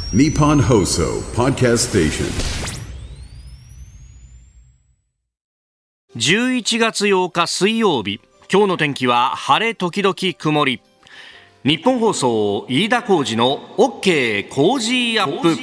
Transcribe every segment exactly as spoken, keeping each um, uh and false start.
Nippon Hoso Podcast Station。 じゅういちがつようか水曜日、今日の天気は晴れ時々曇り。日本放送飯田浩司の OK 工事アップ。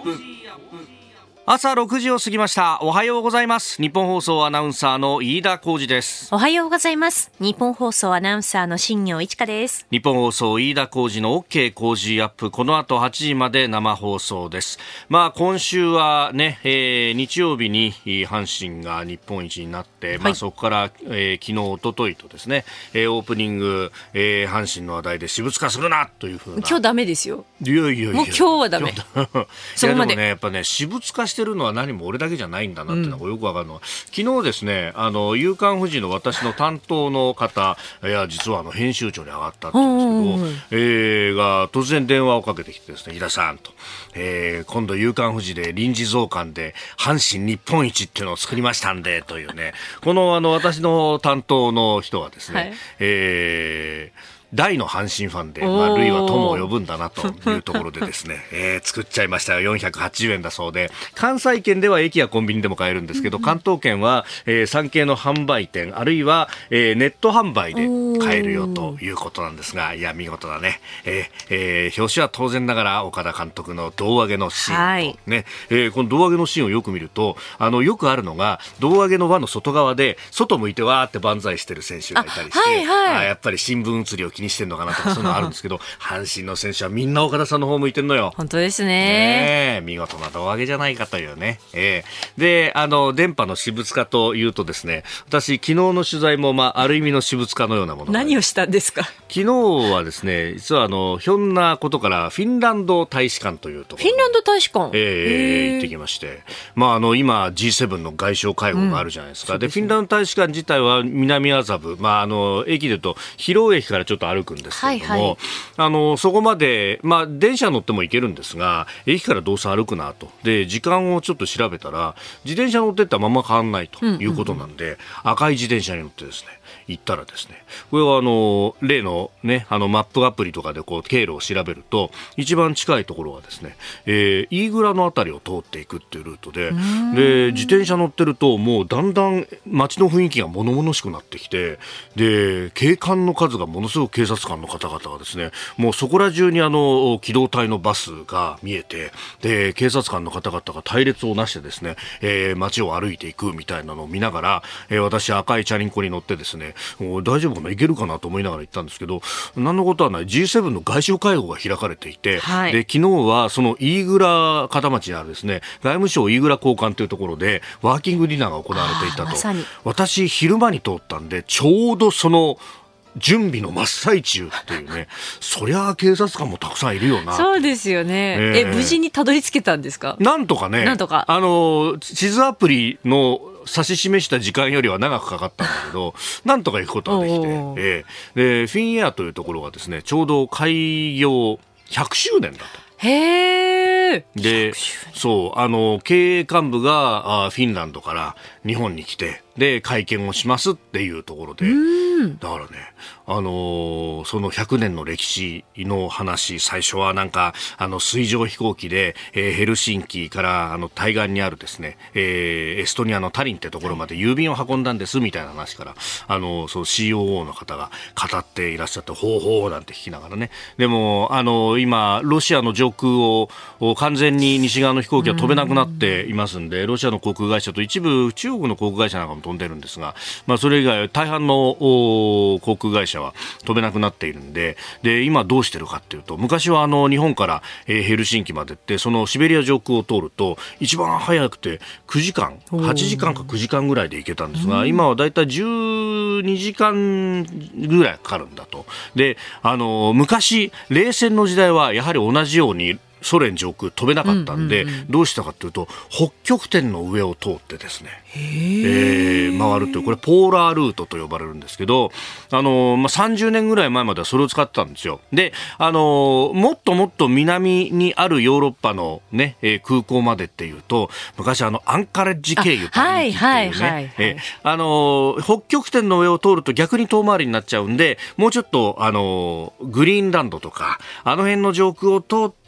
朝ろくじを過ぎました。おはようございます。日本放送アナウンサーの飯田浩司です。 おはようございます。日本放送アナウンサーの新業一華です。 日本放送飯田浩司の OK 工事アップ、この後はちじまで生放送です。まあ今週はね、えー、日曜日に阪神が日本一になって、はい、まあそこから、えー、昨日一昨日とですね、えー、オープニング、えー、阪神の話題で私物化するなというふうな。 今日ダメですよ。 いやいやいや、 もう今日はダメ。 そこまで。いやでもね、やっぱね、私物化してるのは何も俺だけじゃないんだなっていうのがよくわかるのは、うん、昨日ですね、あの夕刊フジの私の担当の方、いや実はあの編集長に上がったって言うんですけど、えー、が突然電話をかけてきてですね、飯田さんと、えー、今度夕刊フジで臨時増刊で阪神日本一っていうのを作りましたんでというね、このあの私の担当の人はですね、はい、えー大の阪神ファンで、まあ、類は友を呼ぶんだなというところでですね、えー、作っちゃいましたよ。よんひゃくはちじゅうえんだそうで、関西圏では駅やコンビニでも買えるんですけど、関東圏は、えー、産経の販売店あるいは、えー、ネット販売で買えるよということなんですが、いや見事だね、えーえー、表紙は当然ながら岡田監督の胴上げのシーンと、はいねえー、この胴上げのシーンをよく見ると、あのよくあるのが胴上げの輪の外側で外向いてわーって万歳してる選手がいたりして、あ、はいはい、あやっぱり新聞写りを気にしてるのかなとかそういうのがあるんですけど阪神の選手はみんな岡田さんの方向いてるのよ。 本当です ね, ね見事な胴上げじゃないかというね、えー、であの電波の私物化というとですね、私昨日の取材も、まあ、ある意味の私物化のようなもの。 何をしたんですか。 昨日はですね、実はあのひょんなことからフィンランド大使館というところ、 フィンランド大使館、 えー、行ってきまして、まあ、あの今 ジーセブン の外相会合があるじゃないですか、うん、でフィンランド大使館自体は南麻布、まあ、あの駅で言うと広尾駅からちょっと歩くんですけれども、はいはい、あのそこまで、まあ、電車乗っても行けるんですが駅からどうせ歩くなと。で時間をちょっと調べたら自転車乗ってったらまま変わんないということなんで、うんうんうん、赤い自転車に乗ってですね行ったらですね、これはあの例のね、あのマップアプリとかでこう経路を調べると一番近いところはですね、えー、飯倉のあたりを通っていくっていうルートで、で自転車乗ってるともうだんだん街の雰囲気が物々しくなってきて、で警官の数がものすごく警察官の方々がですね、もうそこら中にあの機動隊のバスが見えて、で警察官の方々が隊列をなしてですね、えー、街を歩いていくみたいなのを見ながら、えー、私赤いチャリンコに乗ってですね、大丈夫かな、いけるかなと思いながら行ったんですけど、何のことはない。 ジーセブン の外相会合が開かれていて、はい、で昨日はその飯倉片町にあるですね外務省飯倉公館というところでワーキングディナーが行われていたと。まさに私昼間に通ったんでちょうどその準備の真っ最中っていうねそりゃ警察官もたくさんいるよな。 そうですよね、えー、え無事にたどり着けたんですか。 なんとかね、なんとかあの地図アプリの指し示した時間よりは長くかかったんだけどなんとか行くことができて、えー、でフィンエアというところがですねちょうど開業ひゃくしゅうねんだと。へー。で、そう、あの、経営幹部があフィンランドから日本に来て、で、会見をしますっていうところで、だからね、あのー、そのひゃくねんの歴史の話、最初はなんか、あの、水上飛行機で、えー、ヘルシンキからあの対岸にあるですね、えー、エストニアのタリンってところまで郵便を運んだんですみたいな話から、あの、そう シーオーオー の方が語っていらっしゃって、ほうほうなんて聞きながらね。でも、あの、今、ロシアの上空を完全に西側の飛行機は飛べなくなっていますんで、ロシアの航空会社と一部中国の航空会社なんかも飛んでるんですが、まあ、それ以外大半の航空会社は飛べなくなっているんで、で今どうしてるかっていうと、昔はあの日本から、えー、ヘルシンキまでってそのシベリア上空を通ると一番早くてくじかんはちじかんかくじかんぐらいで行けたんですが、今はだいたいじゅうにじかんぐらいかかるんだと。であの昔冷戦の時代はやはり同じようにソ連上空飛べなかったんで、うんうんうん、どうしたかというと北極点の上を通ってですね、えー、回るという、これポーラールートと呼ばれるんですけど、あのーまあ、さんじゅうねんぐらい前まではそれを使ってたんですよ。で、あのー、もっともっと南にあるヨーロッパの、ねえー、空港までっていうと、昔あのアンカレッジ経由というね、はいはいはいはい、えーあのー、北極点の上を通ると逆に遠回りになっちゃうんで、もうちょっと、あのー、グリーンランドとかあの辺の上空を通ってから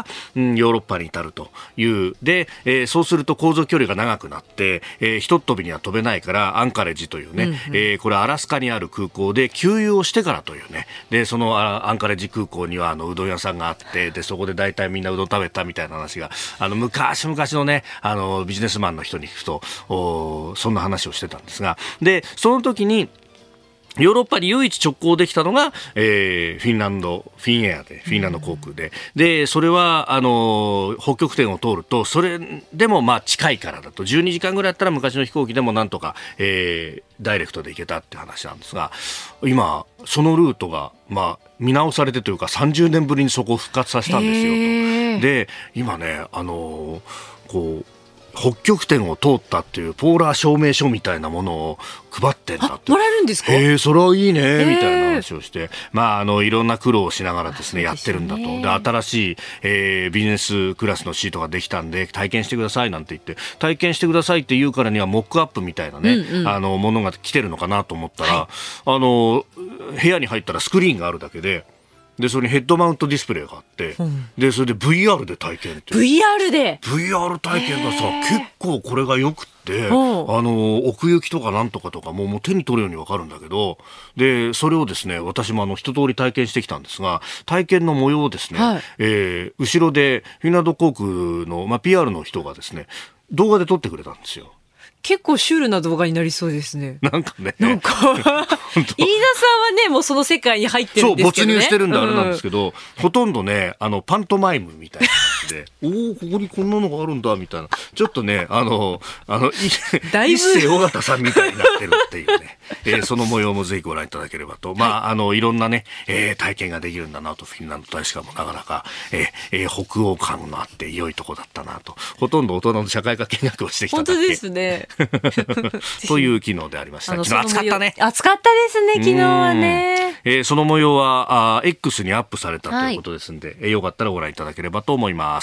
うん、ヨーロッパに至るというで、えー、そうすると航続距離が長くなって、えー、ひとっ飛びには飛べないからアンカレッジというね、うんうん、えー、これアラスカにある空港で給油をしてからというね、でそのアンカレッジ空港にはあのうどん屋さんがあって、でそこで大体みんなうどん食べたみたいな話があの昔々のねあのビジネスマンの人に聞くとおそんな話をしてたんですが、でその時にヨーロッパに唯一直行できたのが、えー、フィンランド、フィンエアで、フィンランド航空で、うん、で、それは、あの、北極点を通ると、それでもまあ近いからだと、じゅうにじかんぐらいだったら昔の飛行機でもなんとか、えー、ダイレクトで行けたって話なんですが、今、そのルートが、まあ、見直されてというか、さんじゅうねんぶりにそこを復活させたんですよと。で、今ね、あの、こう、北極点を通ったっていうポーラー証明書みたいなものを配ってんだって。 もらえるんですか？ えー、それはいいねみたいな話をして、まあ、あのいろんな苦労をしながらですねやってるんだと。で新しい、えー、ビジネスクラスのシートができたんで体験してくださいなんて言って体験してくださいって言うからにはモックアップみたいなね、うんうん、あのものが来てるのかなと思ったら、はい、あの部屋に入ったらスクリーンがあるだけででそれにヘッドマウントディスプレイがあって、うん、でそれで ブイアール で体験ってブイアール でブイアール 体験がさ結構これがよくってあの奥行きとかなんとかとかもう、もう手に取るように分かるんだけど、でそれをですね私もあの一通り体験してきたんですが、体験の模様をですね、はい、えー、後ろでフィンランド航空の、まあ、ピーアール の人がですね動画で撮ってくれたんですよ。 結構シュールな動画になりそうですね。 なんかね。 なんか飯田さんはね、もうその世界に入ってるんですけどね。 そう、没入してるんであれなんですけど、うん、ほとんどね、あの、パントマイムみたいな感じで、おおここにこんなのがあるんだ、みたいな。ちょっとね、あの、あの、だいぶ一世尾形さんみたいになってるっていうね、えー、その模様もぜひご覧いただければと。まあ、はい、あの、いろんなね、えー、体験ができるんだなと、フィンランド大使館もなかなか、えーえー、北欧感のあって良いとこだったなと。ほとんど大人の社会科見学をしてきただけ。 本当ですね。 という機能でありました。昨日暑かったね。 暑かったですね、昨日はね。 えー、その模様はあ X にアップされたということですので、はい、えー、よかったらご覧いただければと思います。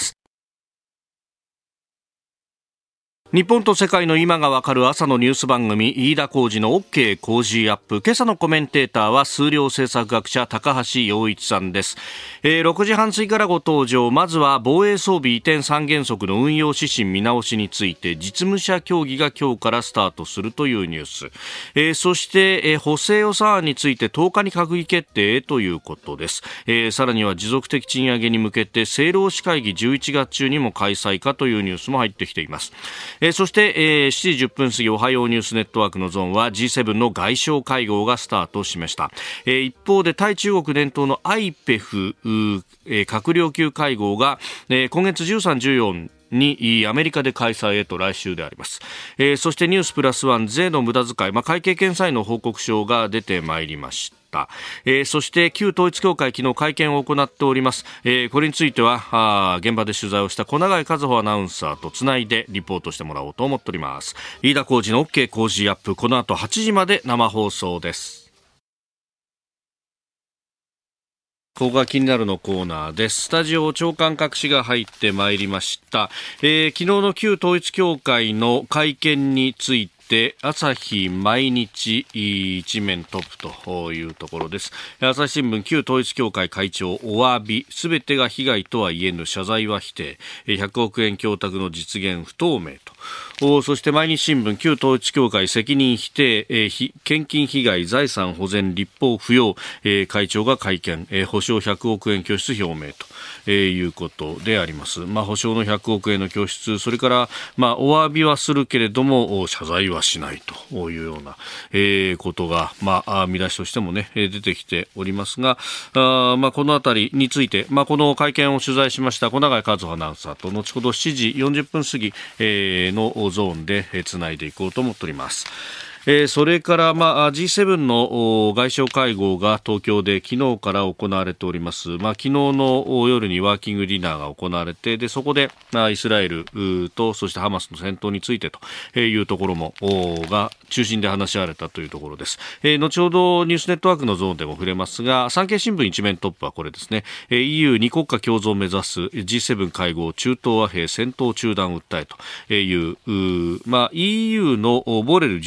日本と世界の今がわかる朝のニュース番組飯田浩司の OK 工事アップ。今朝のコメンテーターは数量政策学者高橋洋一さんです。えー、ろくじはん過ぎからご登場。まずは防衛装備移転三原則の運用指針見直しについて実務者協議が今日からスタートするというニュース、えー、そして、えー、補正予算案についてとおかに閣議決定ということです。えー、さらには持続的賃上げに向けて政労使会議じゅういちがつ中にも開催かというニュースも入ってきています。えー、そして、えー、しちじじゅっぷん過ぎおはようニュースネットワークのゾーンは ジーセブン の外相会合がスタートしました。えー、一方で対中国伝統の アイペフ、えー、閣僚級会合が、えー、今月じゅうさん、じゅうよっかにアメリカで開催へと来週であります。えー、そしてニュースプラスワン税の無駄遣い、まあ、会計検査院の報告書が出てまいりました。えー、そして旧統一教会昨日会見を行っております。えー、これについてはあ現場で取材をした小永井和穂アナウンサーとつないでリポートしてもらおうと思っております。飯田浩司の OK 工事アップ、この後はちじまで生放送です。ここが気になるのコーナーです。スタジオ長官各紙が入ってまいりました。えー、昨日の旧統一教会の会見についてで朝日毎日一面トップというところです。朝日新聞旧統一教会会長お詫び、すべてが被害とは言えぬ、謝罪は否定、ひゃくおくえん供託の実現不透明と。そして毎日新聞旧統一教会責任否定、えー、献金被害財産保全立法不要、えー、会長が会見、えー、保証ひゃくおくえん拠出表明と、えー、いうことであります。まあ、保証のひゃくおくえんの拠出、それから、まあ、お詫びはするけれども謝罪はしないというような、えー、ことが、まあ、見出しとしてもね出てきておりますが、あ、まあ、このあたりについて、まあ、この会見を取材しました小永井和穂アナウンサーと後ほどしちじよんじゅっぷん過ぎ、えー、のゾーンでつないでいこうと思っております。えー、それから、まあ、ジーセブン の外相会合が東京で昨日から行われております。まあ、昨日の夜にワーキングディナーが行われて、でそこで、まあ、イスラエルとそしてハマスの戦闘についてというところもが中心で話し合われたというところです。えー、後ほどニュースネットワークのゾーンでも触れますが、産経新聞一面トップはこれですね。えー、イーユーに 国家共存を目指す ジーセブン 会合中東和平戦闘中断を訴えという、まあ、イーユー のボレル上級代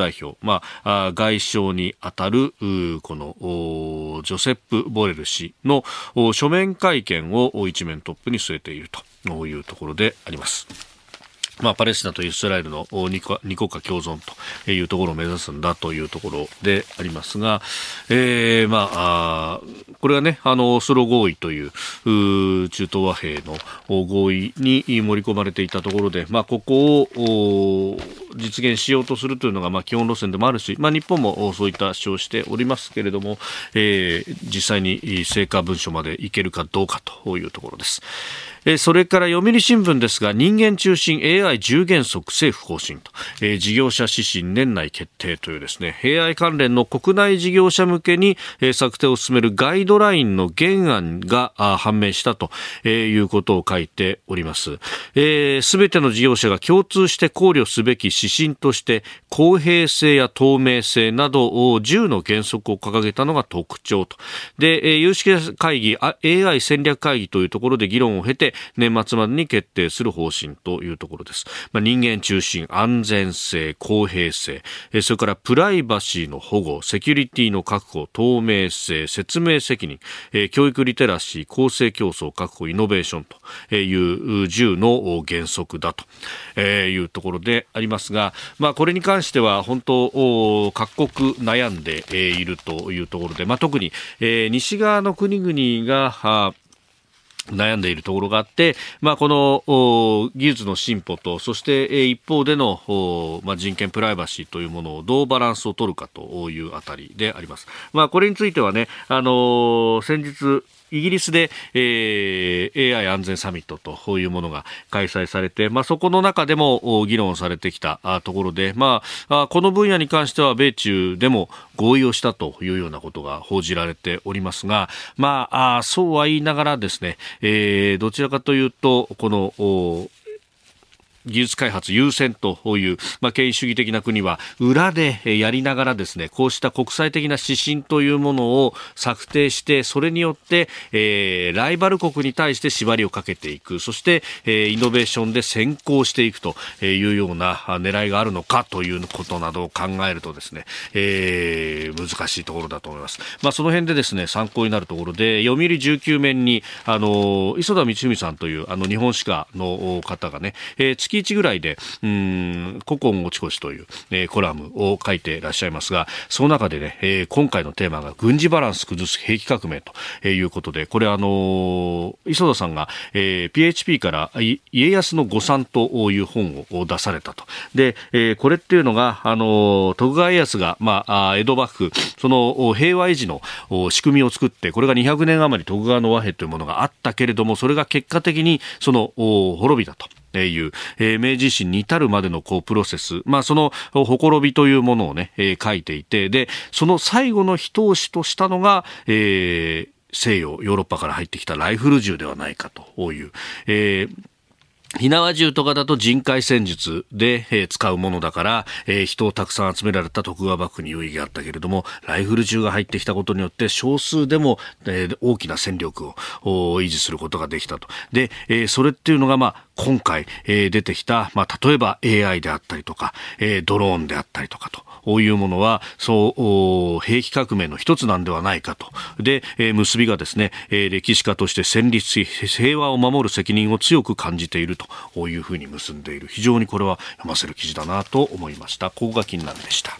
代表、まあ、外相にあたるこのジョセップ・ボレル氏の書面会見を一面トップに据えているというところであります。まあ、パレスチナとイスラエルの二国家共存というところを目指すんだというところでありますが、えー、まあ、あこれはね、あのオスロ合意という中東和平の合意に盛り込まれていたところで、まあ、ここを実現しようとするというのがまあ基本路線でもあるし、まあ、日本もそういった主張をしておりますけれども、えー、実際に成果文書までいけるかどうかというところです。それから読売新聞ですが、人間中心 エーアイ じゅう原則政府方針と、えー、事業者指針年内決定というですね、エーアイ 関連の国内事業者向けに、えー、策定を進めるガイドラインの原案が判明したと、えー、いうことを書いております。すべ、えー、ての事業者が共通して考慮すべき指針として公平性や透明性などじゅうの原則を掲げたのが特徴と。で、えー、有識者会議 エーアイ 戦略会議というところで議論を経て年末までに決定する方針というところです。まあ、人間中心、安全性、公平性、えー、それからプライバシーの保護、セキュリティの確保、透明性、説明責任、えー、教育リテラシー、公正競争確保、イノベーションというじゅうの原則だというところでありますが、まあ、これに関しては本当各国悩んでいるというところで、まあ、特に、えー、西側の国々が悩んでいるところがあって、まあ、この技術の進歩と、そして一方での、まあ、人権プライバシーというものをどうバランスを取るかというあたりであります。まあ、これについてはね、あの先日イギリスで、えー、エーアイ 安全サミットというものが開催されて、まあ、そこの中でも議論されてきたところで、まあ、この分野に関しては米中でも合意をしたというようなことが報じられておりますが、まあ、そうは言いながらですね、えー、どちらかというとこの技術開発優先という、まあ、権威主義的な国は裏でやりながらですね、こうした国際的な指針というものを策定して、それによって、えー、ライバル国に対して縛りをかけていく、そして、えー、イノベーションで先行していくというような狙いがあるのかということなどを考えるとですね、えー、難しいところだと思います。まあ、その辺でですね、参考になるところで、読売じゅうきゅう面にあの磯田道文さんというあの日本歯科の方がね、えー、月いちぐらいでうーん古今落ち越しという、えー、コラムを書いていらっしゃいますが、その中でね、えー、今回のテーマが軍事バランス崩す兵器革命ということで、これあのー、磯田さんが、えー、ピーエイチピー から家康の誤算という本を出されたと。で、えー、これっていうのが、あのー、徳川家康が、まあ、江戸幕府その平和維持の仕組みを作って、これがにひゃくねん余り徳川の和平というものがあったけれども、それが結果的にその滅びたという、えー、明治維新に至るまでのこうプロセス、まあ、そのほころびというものをね、えー、書いていて、でその最後の一押しとしたのが、えー、西洋ヨーロッパから入ってきたライフル銃ではないかという、えー火縄銃とかだと人海戦術で、えー、使うものだから、えー、人をたくさん集められた徳川幕府に有意義があったけれども、ライフル銃が入ってきたことによって少数でも、えー、大きな戦力を維持することができたと。で、えー、それっていうのが、まあ、今回、えー、出てきた、まあ、例えば エーアイ であったりとか、えー、ドローンであったりとかと。こういうものはそう兵器革命の一つなんではないかと。で、えー、結びがですね、えー、歴史家として戦慄平和を守る責任を強く感じているというふうに結んでいる、非常にこれは読ませる記事だなと思いました。ここが気になるでした。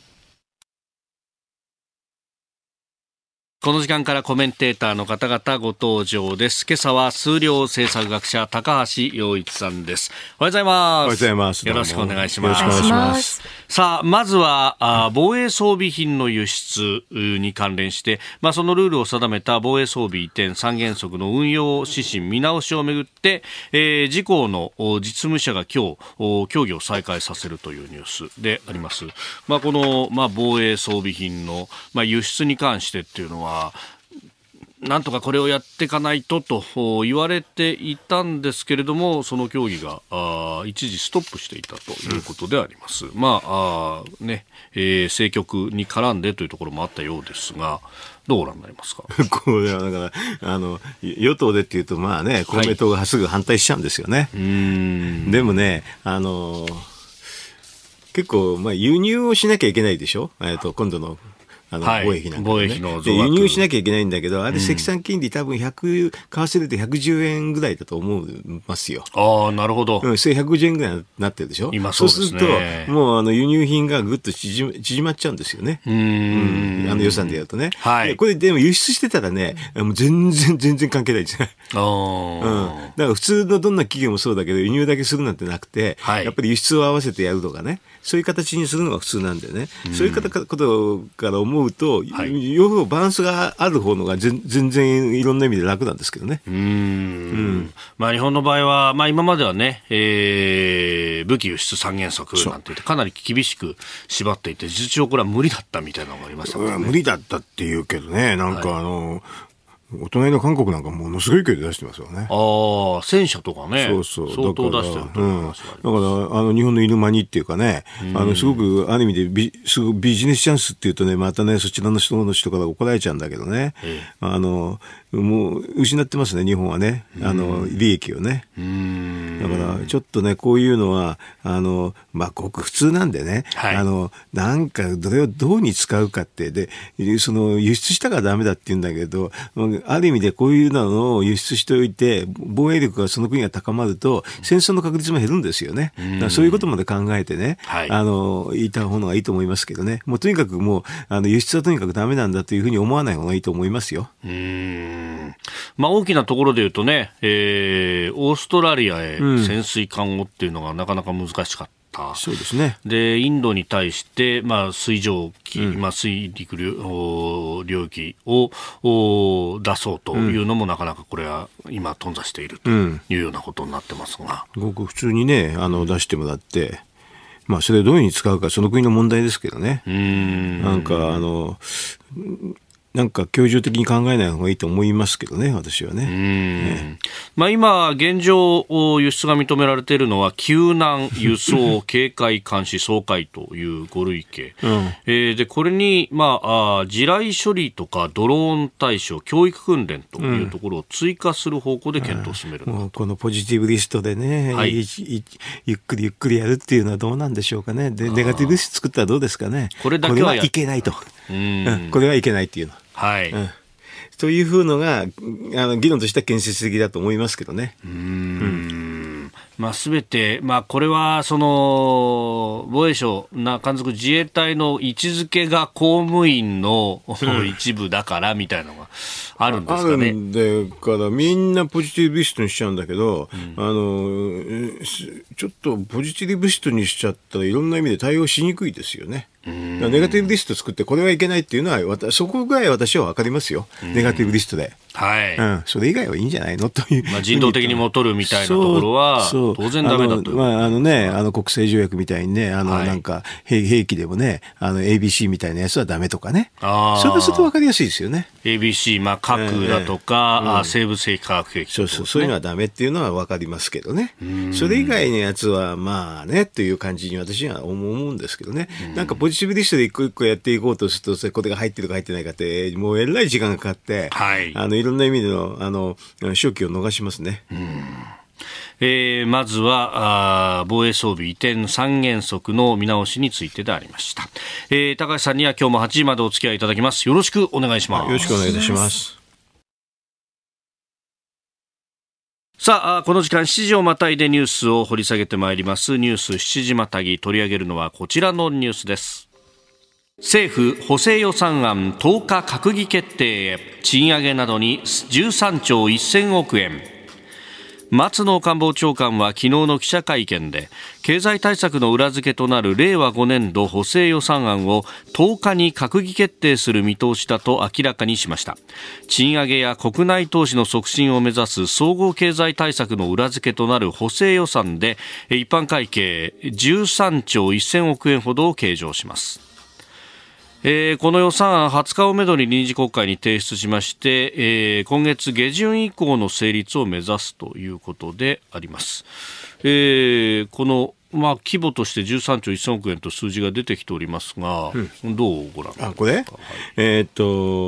この時間からコメンテーターの方々ご登場です。今朝は数量政策学者高橋洋一さんです。おはようございます。 おはようございます。 よろしくお願いします。 よろしくお願いします。 さあ、まずはあ防衛装備品の輸出に関連して、まあ、そのルールを定めた防衛装備移転三原則の運用指針見直しをめぐって、えー、自公の実務者が今日協議を再開させるというニュースであります。まあ、この、まあ、防衛装備品の、まあ、輸出に関してっていうのはなんとかこれをやっていかないとと言われていたんですけれども、その協議があ一時ストップしていたということであります。うん、まあ、あ、ねえー、政局に絡んでというところもあったようですが、どうご覧になりますか。 これはだからあの与党でっていうと、まあね、公明党がすぐ反対しちゃうんですよね。はい、うーんでもね、あの結構、まあ、輸入をしなきゃいけないでしょ、えっと、今度の。あのはい、 貿易なんか、ね、 貿易ので輸入しなきゃいけないんだけど、あれ、積算金利、多分ひゃく、為替でひゃくじゅうえんぐらいだと思いますよ。 ああ、なるほど。 うん、それひゃくごじゅうえんぐらいになってるでしょ。 今そうですね。 そうすると、もうあの輸入品がぐっと縮縮まっちゃうんですよね。 うん、 うん、あの予算でやるとね。 はい。 これでも輸出してたらね、もう全然、全然関係ないですね。 あうん。だから普通のどんな企業もそうだけど、輸入だけするなんてなくて、はい、やっぱり輸出を合わせてやるとかね、そういう形にするのが普通なんでね。うん、そういうことから思うと、はい、両方バランスがある方のが全然いろんな意味で楽なんですけどね。 うーん、うん、まあ、日本の場合は、まあ、今まではね、えー、武器輸出三原則なんて言ってかなり厳しく縛っていて、事実上これは無理だったみたいなのがありましたからね。 無理だったっていうけどね、なんかあの、はい、お隣の韓国なんかものすごい勢いで出してますよね。 ああ、戦車とかね。そうそう。相当出してると思います。だから、 うん、だからあの日本の犬間にっていうかね、あのすごくある意味でビすごくビジネスチャンスっていうとね、またねそちらの人の人から怒られちゃうんだけどね。あのもう失ってますね、日本はね、あの利益をね。うんだからちょっとねこういうのはあのまあごく普通なんでね、はい、あのなんかどれをどうに使うかってでその輸出したからダメだって言うんだけど。ある意味でこういうのを輸出しておいて防衛力がその国が高まると戦争の確率も減るんですよね。だからそういうことまで考えてね、はい、あの言った方がいいと思いますけどね。もうとにかくもうあの輸出はとにかくダメなんだというふうに思わない方がいいと思いますよ。 うーん、まあ、大きなところで言うとね、えー、オーストラリアへ潜水艦をっていうのがなかなか難しかった。 そうですね。 でインドに対して、まあ、水上機、うんまあ、水陸領域を出そうというのも、うん、なかなかこれは今頓挫しているというようなことになってますが、 うん、ごく普通にねあの出してもらって、まあ、それをどういうふうに使うかその国の問題ですけどね。うーんなんかあのなんか共同的に考えない方がいいと思いますけどね、私はね。うん、 ねまあ、今、現状、輸出が認められているのは、救難、輸送、警戒、監視、掃海というご類型。うんえー、で、これに、まあ、あ地雷処理とかドローン対処、教育訓練というところを追加する方向で検討を進める、うん、 もうこのポジティブリストでね、はい、ゆっくりゆっくりやるっていうのはどうなんでしょうかね。で、ネガティブリスト作ったらどうですかね。 これだけはこれはいけないと。うん、これはいけないっていうの。 はいうん、 というふうのがあの議論としては建設的だと思いますけどね。うーん、 うんまあ、全て、まあ、これはその防衛省中づく自衛隊の位置づけが公務員の、うん、一部だからみたいなのがあるんですかね。 あるんでからみんなポジティブリストにしちゃうんだけど、うん、あのちょっとポジティブリストにしちゃったらいろんな意味で対応しにくいですよね。ネガティブリスト作ってこれはいけないっていうのはそこぐらい私は分かりますよ。ネガティブリストで、はいうん、それ以外はいいんじゃないのという、 まあ、人道的にも取るみたいなところは当然ダメだという、 まああのね、あの国際条約みたいにねあの、はい、なんか 兵, 兵器でもねあの エービーシー みたいなやつはダメとかね。あそれはすると分かりやすいですよね。 エービーシー、まあ、核だとか、えーうん、生物兵器化学兵器とか、ね、 そうそうそういうのはダメっていうのは分かりますけどね。それ以外のやつはまあねという感じに私は思うんですけどね。なんかポジティブリストで一個一個やっていこうとするとこれが入ってるか入ってないかってもうえらい時間がかかって、はい、あのいろんな意味でのあの勝機を逃しますね。うんえー、まずはあ防衛装備移転三原則の見直しについてでありました。えー、高橋さんには今日もはちじまでお付き合いいただきます。よろしくお願いします。 よろしくお願いいたします。 さあ、この時間しちじをまたいでニュースを掘り下げてまいりますニュースしちじまたぎ。取り上げるのはこちらのニュースです。政府補正予算案とおか閣議決定へ、賃上げなどにじゅうさんちょうせんおくえん。松野官房長官は昨日の記者会見で経済対策の裏付けとなるれいわごねんど補正予算案をとおかに閣議決定する見通しだと明らかにしました。賃上げや国内投資の促進を目指す総合経済対策の裏付けとなる補正予算で一般会計じゅうさんちょうせんおくえんほどを計上します。えー、この予算案はつかをめどに臨時国会に提出しまして、えー、今月下旬以降の成立を目指すということであります。えー、このまあ、規模としてじゅうさんちょうせんおくえんと数字が出てきておりますが、うん、どうご覧になりますか。 あこれ、はい、えー、っと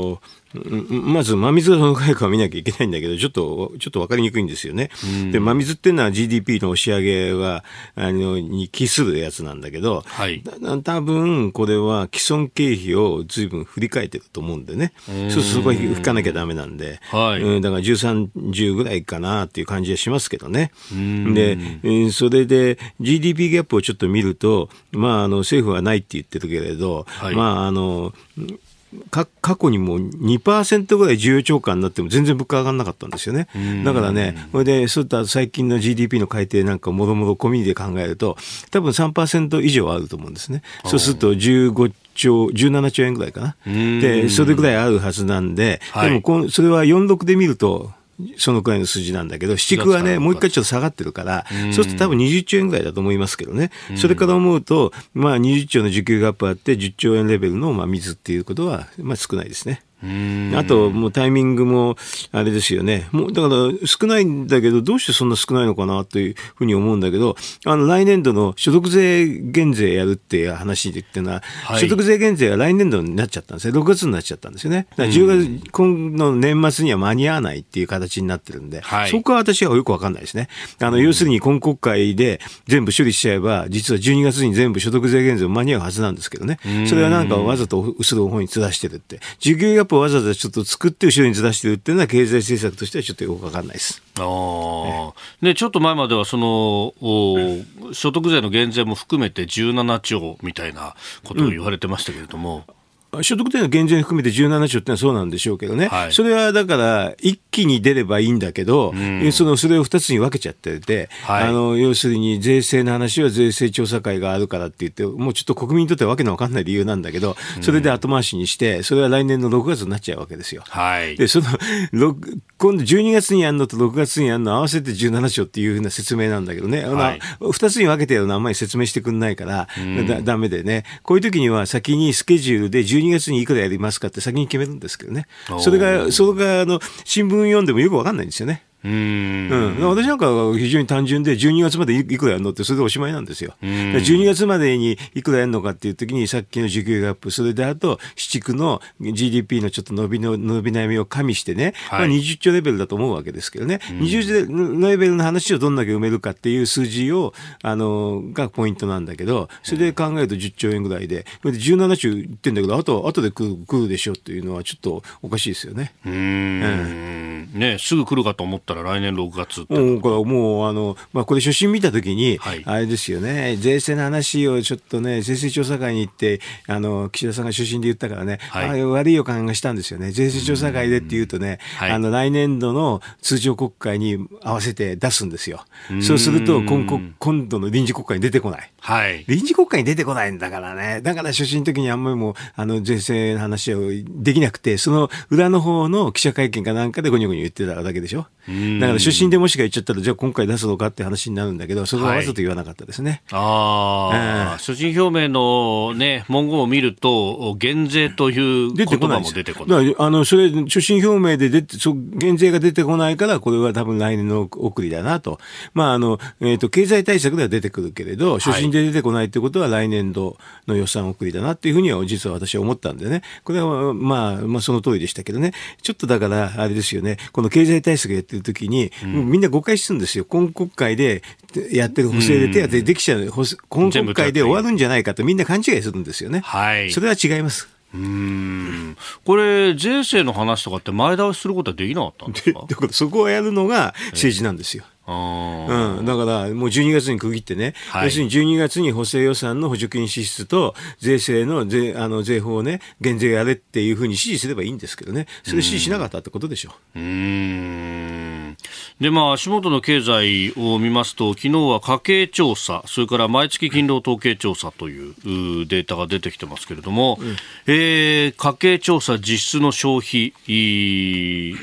まず真水がどのくらいかは見なきゃいけないんだけど、ちょっとちょっと分かりにくいんですよね。で真水っていうのは ジーディーピー の押し上げはあのに帰するやつなんだけど、はい、多分これは既存経費を随分振り替えてると思うんでね、そうするとそこに吹かなきゃダメなんで、はい、うん、だからじゅうさんじゅうぐらいかなっていう感じはしますけどね。でそれで ジーディーピー ギャップをちょっと見ると、まあ、あの政府はないって言ってるけれど、はい、まああの過去にも にパーセント ぐらい需要超過になっても全然物価上がらなかったんですよね。だからね、これでそういった最近の ジーディーピー の改定なんかもろもろ込みで考えると多分 さんパーセント 以上あると思うんですね。そうするとじゅうごちょうじゅうななちょうえんぐらいかな。でそれぐらいあるはずなんで、はい、でもこそれはよんじゅうろくで見るとそのくらいの数字なんだけど、七区はね、もう一回ちょっと下がってるから、そうすると多分にじゅっちょうえんぐらいだと思いますけどね。それから思うと、まあにじゅっちょうの需給がアップあって、じゅっちょうえんレベルのまあ水っていうことは、まあ少ないですね。あともうタイミングもあれですよね。もうだから少ないんだけど、どうしてそんな少ないのかなというふうに思うんだけど、あの来年度の所得税減税やるっていう話でっていうのは、はい、所得税減税は来年度になっちゃったんですね。ろくがつになっちゃったんですよね。だからじゅうがつ、今の年末には間に合わないっていう形になってるんで、はい、そこは私はよくわかんないですね。あの要するに今国会で全部処理しちゃえば、実はじゅうにがつに全部所得税減税間に合うはずなんですけどね。それはなんかわざと後ろの方にずらしてるって。需給ギャップをわざわざちょっと作って後ろにずらしてるっていうのは経済政策としてはちょっとよくわかんないです。 あー、ね、ちょっと前まではその所得税の減税も含めてじゅうななちょうみたいなことを言われてましたけれども、うん、 所得税の減税含めてじゅうななちょうってのはそうなんでしょうけどね、はい、それはだから一気に出ればいいんだけど、うん、そのそれをふたつに分けちゃってて、はい、あの要するに税制の話は税制調査会があるからって言って、もうちょっと国民にとってはわけのわかんない理由なんだけど、それで後回しにして、それは来年のろくがつになっちゃうわけですよ。はい、でその今度じゅうにがつにやるのとろくがつにやるの合わせてじゅうななちょうっていうふうな説明なんだけどね、はい、ふたつに分けてやるのはあんまり説明してくんないから、うん、だダメでね、こういう時には先にスケジュールでじゅうにがつにいくらやりますかって先に決めるんですけどね。それが、それがあの新聞読んでもよくわかんないんですよね。うーん、うん、私なんかは非常に単純でじゅうにがつまでいくらやるのってそれでおしまいなんですよ。じゅうにがつまでにいくらやるのかっていう時にさっきの需給アップ、それであと市区の ジーディーピー のちょっと伸びの伸び悩みを加味してね、はい、まあ、にじゅっちょうレベルだと思うわけですけどね、にじゅっちょうレベルの話をどんだけ埋めるかっていう数字をあのがポイントなんだけど、それで考えるとじゅっちょうえんぐらいで、これでじゅうななちょう言ってんだけど、あと後で来る、来るでしょっていうのはちょっとおかしいですよね。うーん、 うん、ね、すぐ来るかと思ったら来年ろくがつって、 うん、もうあの、まあ、これ初心見たときに、はい、あれですよね、税制の話をちょっとね、税制調査会に行ってあの岸田さんが初心で言ったからね、はい、あ悪い予感がしたんですよね。税制調査会でって言うとね、はい、あの来年度の通常国会に合わせて出すんですよ。そうすると 今, 今度の臨時国会に出てこない、はい、臨時国会に出てこないんだからね。だから初心の時にあんまりもうあの税制の話をできなくて、その裏の方の記者会見かなんかでゴニョゴニョ言ってただけでしょ。だから初心でもしか言っちゃったら、じゃあ今回出すのかって話になるんだけど、それはわざと言わなかったですね。 はい、ああ、所信表明のね、文言を見ると、減税という言葉も出てこない。 だからあの、それ、所信表明で出て、そ減税が出てこないから、これは多分来年の送りだなと。まあ、あの、えっと、経済対策では出てくるけれど、所信で出てこないってことは来年度の予算送りだなっていうふうには、実は私は思ったんでね。これは、まあ、まあ、その通りでしたけどね。ちょっとだから、あれですよね、この経済対策やってる時に、うん、みんな誤解するんですよ。今国会でやってる補正で手当てできちゃう、今国会で終わるんじゃないかとみんな勘違いするんですよね。はい、それは違います。 うーん、これ税制の話とかって前倒しすることはできなかったんですか？ だからそこをやるのが政治なんですよ。あうん、だからもうじゅうにがつに区切ってね、はい、要するにじゅうにがつに補正予算の補助金支出と税制の 税, あの税法をね、減税やれっていうふうに指示すればいいんですけどね、それ指示しなかったってことでしょう。うーん、で、まあ、足元の経済を見ますと、昨日は家計調査、それから毎月勤労統計調査というデータが出てきてますけれども、うん、えー、家計調査実質の消費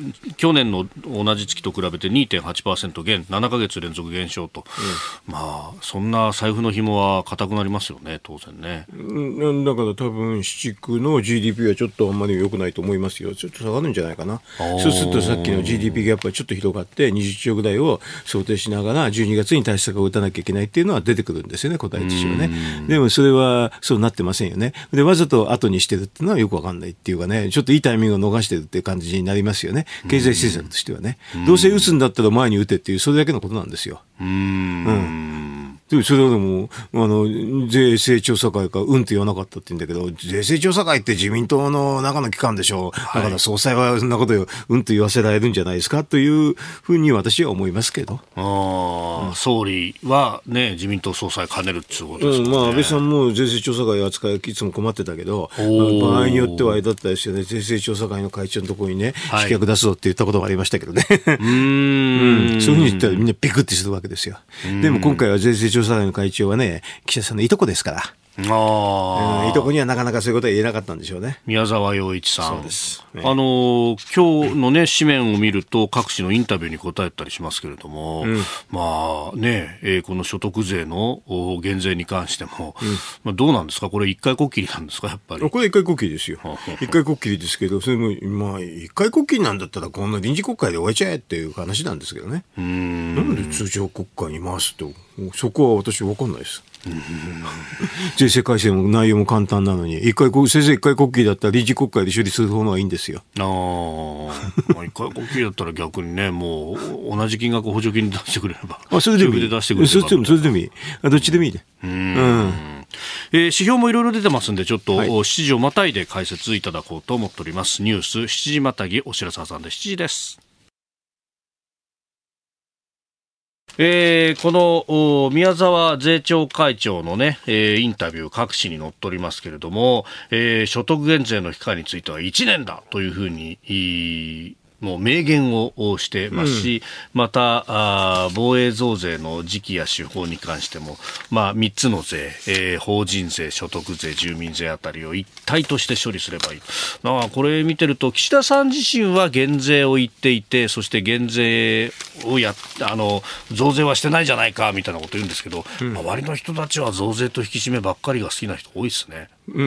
去年の同じ月と比べて にてんはちパーセント 減、ななかげつ連続減少と、うん、まあそんな財布の紐は固くなりますよね、当然ね。 だから多分市区の ジーディーピー はちょっとあんまり良くないと思いますよ。ちょっと下がるんじゃないかな。そうするとさっきの ジーディーピー ギャップはちょっと広がってにじゅっちょうぐらいを想定しながらじゅうにがつに対策を打たなきゃいけないっていうのは出てくるんですよね、答えとしてはね。でもそれはそうなってませんよね。でわざと後にしてるっていうのはよくわかんないっていうかね、ちょっといいタイミングを逃してるっていう感じになりますよね、経済政策としてはね。どうせ打つんだったら前に打てっていうそれだけのことなんですよ。うーん、うんそれはでもあの税制調査会かうんと言わなかったって言うんだけど、税制調査会って自民党の中の機関でしょう、はい、だから総裁はそんなことをうんと言わせられるんじゃないですかというふうに私は思いますけど。 あ、うん、総理は、ね、自民党総裁兼ねるっていうことですもんね。 うんまあ、安倍さんも税制調査会扱いいつも困ってたけど、場合によってはあれだったですよね、税制調査会の会長のところにね、はい、飛脚出すぞって言ったことがありましたけどねうーん、うん、そういうふうに言ったらみんなビクッてするわけですよ。でも今回は税制調査会の会長はね、岸田さんのいとこですから。あ、うん、いとこにはなかなかそういうことは言えなかったんでしょうね。 宮沢洋一さん。 そうです、ね、 あの今日のね紙面を見ると各紙のインタビューに答えたりしますけれども、うん、まあね、えー、この所得税の減税に関しても、うんまあ、どうなんですか、これ一回こっきりなんですか、やっぱり。 これ一回こっきりですよ一回こっきりですけど、それもまあ一回こっきりなんだったらこんな臨時国会で終えちゃえっていう話なんですけどね。うーん、なんで通常国会に回すと、そこは私分かんないです税制改正も内容も簡単なのに、一回先生一回こっきりだったら臨時国会で処理する方がいいんですよ。 ああ、一回こっきりだったら逆にね、もう同じ金額補助金で出してくれれば、 あそれでもいい、 出してくれれば、 それでもいい、どっちでもいいね。うん、うんえー、指標もいろいろ出てますんで、ちょっと、はい、しちじをまたいで解説いただこうと思っております。ニュースしちじまたぎ、お知らせ挟んでしちじです。えー、この宮沢税調会長の、ねえー、インタビュー各紙に載っておりますけれども、えー、所得減税の期間についてはいちねんだというふうにもう明言をしてますし、うん、またあ防衛増税の時期や手法に関しても、まあ、みっつの税、えー、法人税、所得税、住民税あたりを一体として処理すればいい。だからこれ見てると岸田さん自身は減税を言っていて、そして減税をやあの増税はしてないじゃないかみたいなこと言うんですけど、うん、周りの人たちは増税と引き締めばっかりが好きな人多いですね。 うん、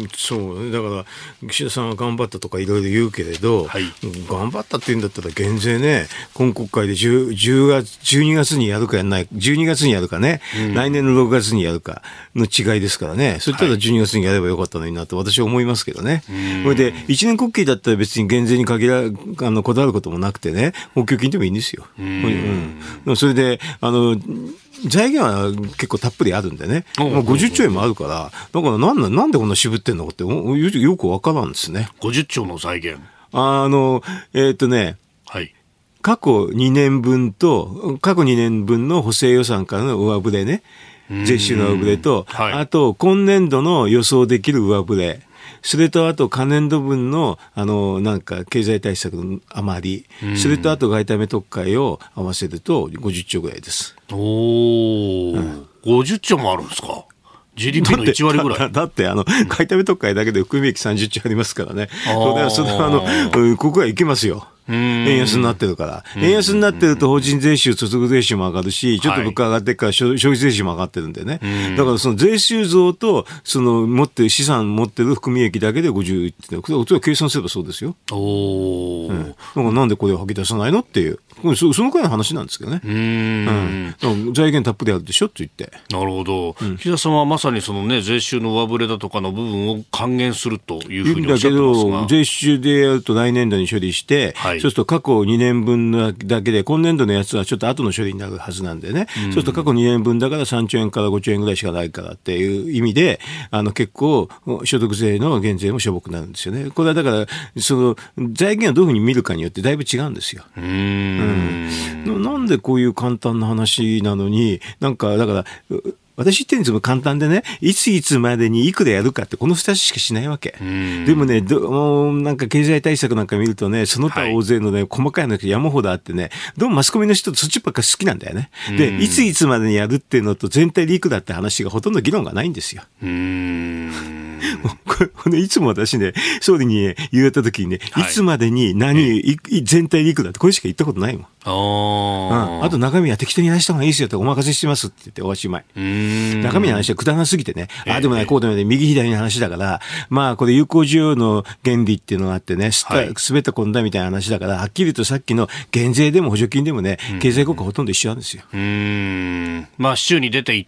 そうだから岸田さんは頑張ったとかいろいろ言うけれど、はい、頑張ったって言うんだったら減税ね、今国会で10、10月じゅうにがつにやるかやらないじゅうにがつにやるかね、うん、来年のろくがつにやるかの違いですからね。そしたらじゅうにがつにやればよかったのになと私は思いますけどね。これでいちねん国旗だったら別に減税に限らあのこだわることもなくてね、補給金でもいいんですよ。うんうん、それであの財源は結構たっぷりあるんでね、まあ、ごじゅっちょうえんもあるから、だからなんな、なんでこんな渋ってんのかってよくわからんですね。 ごじゅっちょうの財源、 あのえー、っとね、 はい、 過去にねんぶんと過去にねんぶんの補正予算からの上振れね、税収の上振れと、はい、あと今年度の予想できる上振れ、それとあと可年度分のあのなんか経済対策の余り、それとあと外為特会を合わせるとごじゅっちょうぐらいです。 おー、うん、ごじゅっちょうもあるんですか。ジーディーピー のいちわりぐらい。 だって、だってあの外為特会だけで含み益さんじゅっちょうありますからね。それはそれはあのここはいけますよ。円安になってるから。円安になってると法人税収、所得税収も上がるし、ちょっと物価上がってるから消費税収も上がってるんでね。だからその税収増と、その持ってる資産持ってる含み益だけでごじゅういってん、これ計算すればそうですよ。 おー。うん、 だからなんでこれを吐き出さないのっていう。そ, そのくらいの話なんですけどね。うーん、うん、財源たっぷりあるでしょって言って。 なるほど。うん、岸田さんはまさにそのね、税収の上振れだとかの部分を還元するというふうにおっしゃってますが。だけど、 税収でやると来年度に処理して、はい、そうすると過去にねんぶんだけで、今年度のやつはちょっと後の処理になるはずなんでね。うん、そうすると過去にねんぶんだからさんちょうえんからごちょうえんぐらいしかないからっていう意味で、あの結構所得税の減税もしょぼくなるんですよね。これはだから、その財源をどういうふうに見るかによってだいぶ違うんですよ。うーん、うん、なんでこういう簡単な話なのに、なんかだから私言ってるんですよ、簡単でね、いついつまでにいくらやるかってこのふたつしかしないわけ。でもね、どもうなんか経済対策なんか見るとね、その他大勢のね、はい、細かいのが山ほどあってね、どうもマスコミの人とそっちばっか好きなんだよね。で、いついつまでにやるっていうのと全体でいくらって話がほとんど議論がないんですよ。うーんこれいつも私ね、総理に、ね、言われた時にね、はい、いつまでに何、い全体でいくらってこれしか言ったことないもん。あ, うん、あと中身は適当に話した方がいいですよってお任せしてますって言っておしまい。うーん中身の話はくだらなすぎてね、えー、ああでもないこうでもない右左の話だから、まあこれ有効需要の原理っていうのがあってね、すべてこんだみたいな話だから、はっきり言うとさっきの減税でも補助金でもね、経済効果ほとんど一緒なんですよ。 うーんまあ市中に出て行って、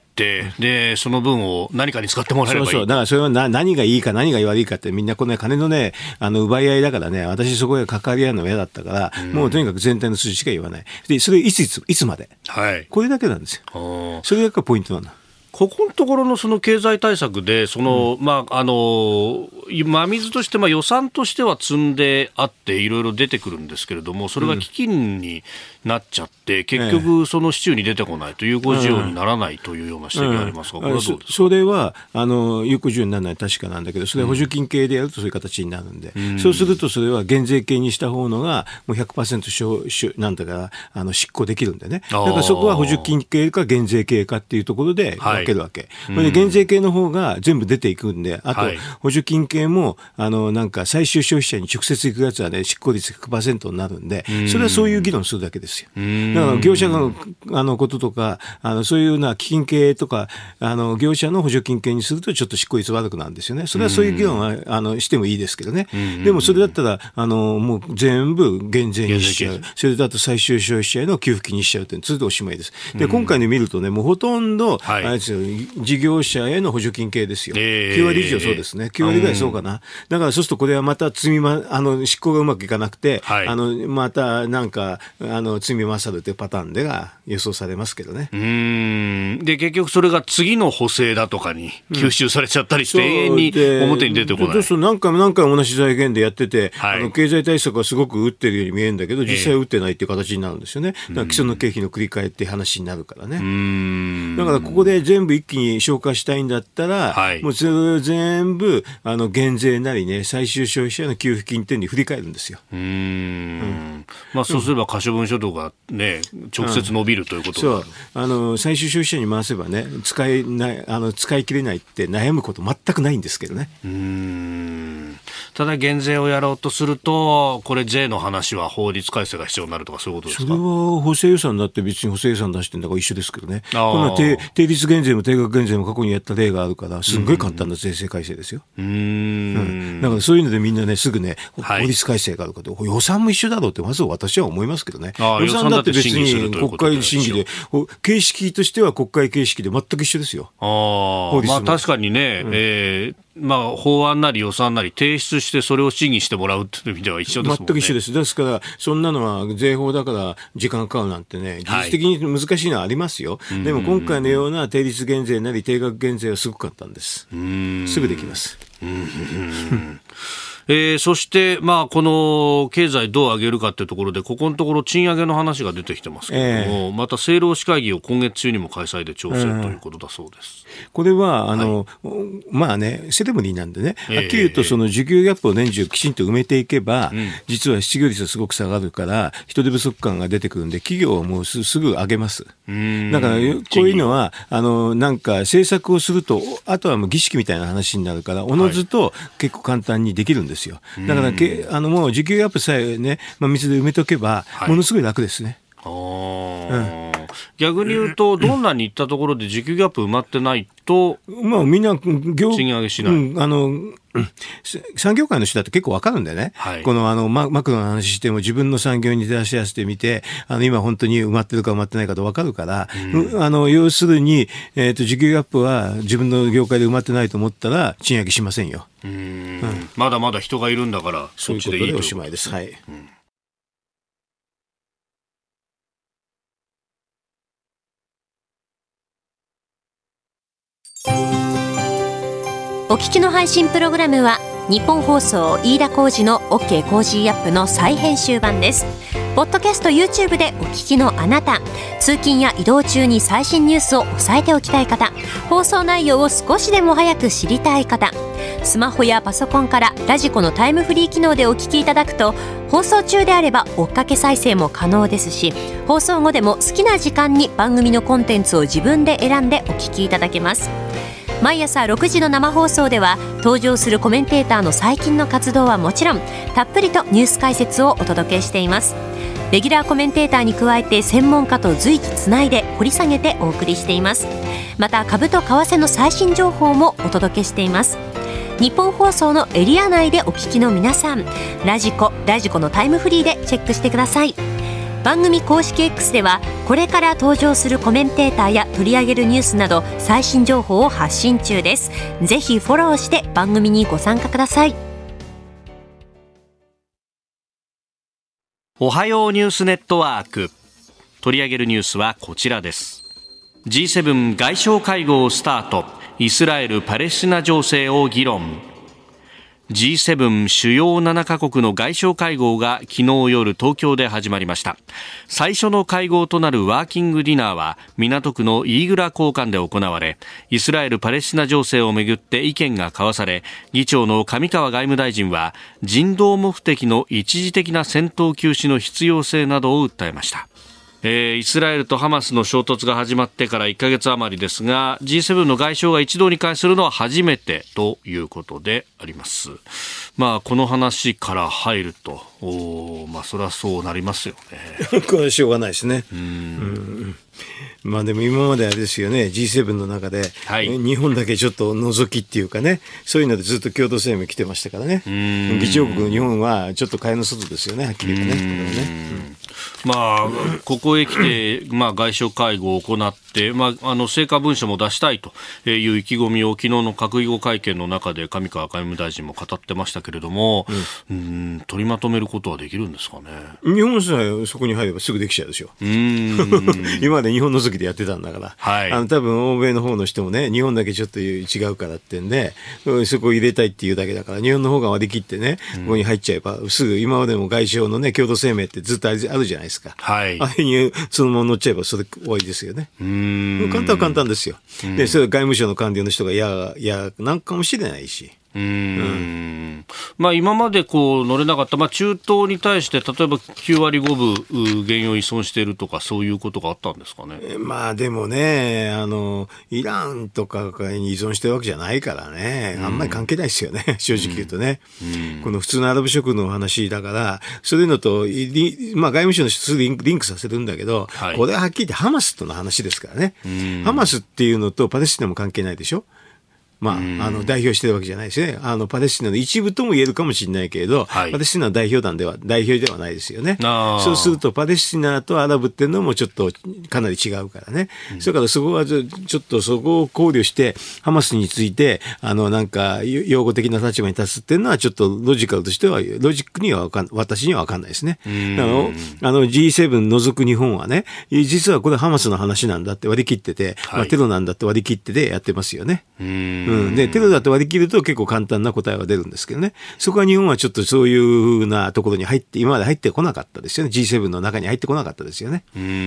でその分を何かに使ってもらえればいい。 そうそう、だからそれはな何がいいか何が悪いかってみんなこの、ね、金のねあの奪い合いだからね、私そこへ関わり合うのが嫌だったから、うん、もうとにかく全体の数字しか言わない。でそれいついついつまで、はい、これだけなんですよ。それがポイントなんだ。 ここのところのその経済対策でその、うんまあ、あの真水としてまあ予算としては積んであっていろいろ出てくるんですけれども、それが基金になっちゃって、うん、結局その市中に出てこないと有効需要にならないというような指摘がありますが、うん、これはどうですか。 それはあの有効需要にならない確かなんだけど、それは補助金系でやるとそういう形になるんで、うん、そうするとそれは減税系にした方のがもう ひゃくパーセント なんだからあの執行できるんでね。だからそこは補助金系か減税系かっていうところで分けるわけ、はい、減税系の方が全部出ていくんで、あと補助金系もあのなんか最終消費者に直接行くやつはね執行率 ひゃくパーセント になるんで、それはそういう議論するだけですよ。だから業者のあのこととかあのそういうような基金系とかあの業者の補助金系にするとちょっと執行率悪くなるんですよね。それはそういう議論はあのしてもいいですけどね。でもそれだったらあのもう全部減税にしちゃう、それだと最終消費者への給付金にしちゃうってそれでおしまいです。で今回で見るとね、もうほとんど、はい、あれですよ、事業者への補助金系ですよ。えー、きゅうわり以上そうですね。きゅうわりぐらいそうかな。だからそうするとこれはまた積みま、あの、執行がうまくいかなくて、はい、あの、またなんか、あの、積み勝るというパターンでが予想されますけどね。 うーん。で、結局それが次の補正だとかに吸収されちゃったりして、うん、永遠に表に出てこない。 そうそう、何回も何回も同じ財源でやってて、はい、あの経済対策はすごく打ってるように見えるんだけど、実際は打ってないっていう形になるんですよね。だから基礎の経費の繰り返って話になるからね。うーん。だからここで全部一気に消化したいんだったら、はい、もう全部あの減税なりね、最終消費者の給付金点に振り返るんですよ。うーん、 うんまあ、そうすれば可処分所得が、ね、直接伸びるということになる、うん、 そうあの最終消費者に回せばね、使えないあの使い切れないって悩むこと全くないんですけどね。うーんただ減税をやろうとするとこれ税の話は法律改正が必要になるとかそういうことですか。 それは補正予算だって別に補正予算出してるんだから一緒ですけどね。この定定率減税も定額減税も過去にやった例があるからすごい簡単な税制改正ですよ。うーん、うん、だからそういうのでみんなねすぐね法律改正があるかと、はい、予算も一緒だろうってまず私は思いますけどね。予算だって別に国会審議で形式としては国会形式で全く一緒ですよ。 あ、まあ、確かにね、うんえーまあ、法案なり予算なり提出してそれを審議してもらうという意味では一緒ですもんね。 全く一緒です。ですからそんなのは税法だから時間かかるなんてね、技術的に難しいのはありますよ、はい、でも今回のような定率減税なり定額減税はすごく簡単です。うーんすぐできます。うーんえー、そして、まあ、この経済どう上げるかというところでここのところ賃上げの話が出てきてますけれども、えー、また政労使会議を今月中にも開催で調整ということだそうです、 えー、これはあの、はい、まあねセレモニーなんでね、はっきり言うとその需給ギャップを年中きちんと埋めていけば、うん、実は失業率がすごく下がるから人手不足感が出てくるんで企業はもう す, すぐ上げます。うんだからこういうのはあのなんか政策をするとあとはもう儀式みたいな話になるからおのずと結構簡単にできるんです、はい、だからけあのもう需給アップさえね、まあ、水で埋めとけば、はい、ものすごい楽ですね。あ、 うん、逆に言うとどんなに行ったところで需給ギャップ埋まってないと、 まあ、みんな業賃上げしない、 うん、あの産業界の人だって結構わかるんだよね、はい、このあの マ, マクロの話しても自分の産業に照らし合わせてみてあの今本当に埋まってるか埋まってないかとわかるから、うん、あの要するに、えー、と需給ギャップは自分の業界で埋まってないと思ったら賃上げしませんよ。うん、うん、 まだまだ人がいるんだからそっちでいいということでおしまいです。はい、うんお聞きの配信プログラムは日本放送飯田浩司の OK コージーアップの再編集版です。ポッドキャスト YouTube でお聞きのあなた、通勤や移動中に最新ニュースを押さえておきたい方、放送内容を少しでも早く知りたい方、スマホやパソコンからラジコのタイムフリー機能でお聞きいただくと、放送中であれば追っかけ再生も可能ですし、放送後でも好きな時間に番組のコンテンツを自分で選んでお聞きいただけます。毎朝ろくじの生放送では登場するコメンテーターの最近の活動はもちろん、たっぷりとニュース解説をお届けしています。レギュラーコメンテーターに加えて専門家と随時つないで掘り下げてお送りしています。また株と為替の最新情報もお届けしています。日本放送のエリア内でお聞きの皆さん、ラジコ、ラジコのタイムフリーでチェックしてください。番組公式 X ではこれから登場するコメンテーターや取り上げるニュースなど最新情報を発信中です。ぜひフォローして番組にご参加ください。 おはようニュースネットワーク、取り上げるニュースはこちらです。 ジーセブン 外相会合スタート、イスラエル・パレスチナ情勢を議論。 ジーセブン 主要ななカ国の外相会合が昨日夜東京で始まりました。最初の会合となるワーキングディナーは港区のイーグラ公館で行われ、イスラエル・パレスチナ情勢をめぐって意見が交わされ、議長の上川外務大臣は人道目的の一時的な戦闘休止の必要性などを訴えました。えー、イスラエルとハマスの衝突が始まってからいっかげつ余りですが、 ジーセブン の外相が一堂に会するのは初めてということであります。まあこの話から入ると、おまあそりゃそうなりますよね。 これはしょうがないですね。うんうんまあでも今まであれですよね、 ジーセブン の中で、はい、日本だけちょっと覗きっていうかね、そういうのでずっと共同声明来てましたからね。議長国の日本はちょっと蚊帳の外ですよね、はっきり言うとね。うんまあ、ここへ来て、まあ、外相会合を行って、まあ、あの成果文書も出したいという意気込みを昨日の閣議後会見の中で上川外務大臣も語ってましたけれども、うん、うん取りまとめることはできるんですかね。 日本さえそこに入ればすぐできちゃうでしょ。うん今まで日本の時でやってたんだから、はい、あの多分欧米の方の人もね、日本だけちょっと違うからってんでそこを入れたいっていうだけだから、日本の方が割り切ってね、ここに入っちゃえばすぐ、今までも外相のね共同声明ってずっとあるじゃないですか。はい、あれにそのまま乗っちゃえばそれ終わりですよね。うーん簡単は簡単ですよ。でそれは外務省の官僚の人がいやいやなんかもしれないし。うーんうんまあ、今までこう乗れなかった、まあ、中東に対して例えばきゅうわりごぶ原油を依存しているとか、そういうことがあったんですかね。 まあでもね、あのイランとかに依存してるわけじゃないからね、あんまり関係ないですよね、正直言うとね。この普通のアラブ諸国の話だから、そういうのと、まあ、外務省の人すぐリンク、リンクさせるんだけど、はい、これははっきり言ってハマスとの話ですからね。ハマスっていうのとパレスチナも関係ないでしょ。まあ、あの代表してるわけじゃないですね。あのパレスチナの一部とも言えるかもしれないけれど、はい、パレスチナの代表団では代表ではないですよね。そうするとパレスチナとアラブっていうのもちょっとかなり違うからね。うん、それからそこはちょっとそこを考慮してハマスについてあのなんか擁護的な立場に立つっていうのはちょっとロジカルとしてはロジックにはわかん私には分かんないですね。あのあの ジーセブン 除く日本はね、実はこれハマスの話なんだって割り切ってて、はい、まあ、テロなんだって割り切っててやってますよね。うんうん、でテロだって割り切ると結構簡単な答えは出るんですけどね、そこは日本はちょっとそういうふうなところに入って今まで入ってこなかったですよね。 ジーセブン の中に入ってこなかったですよね。うーん、うん、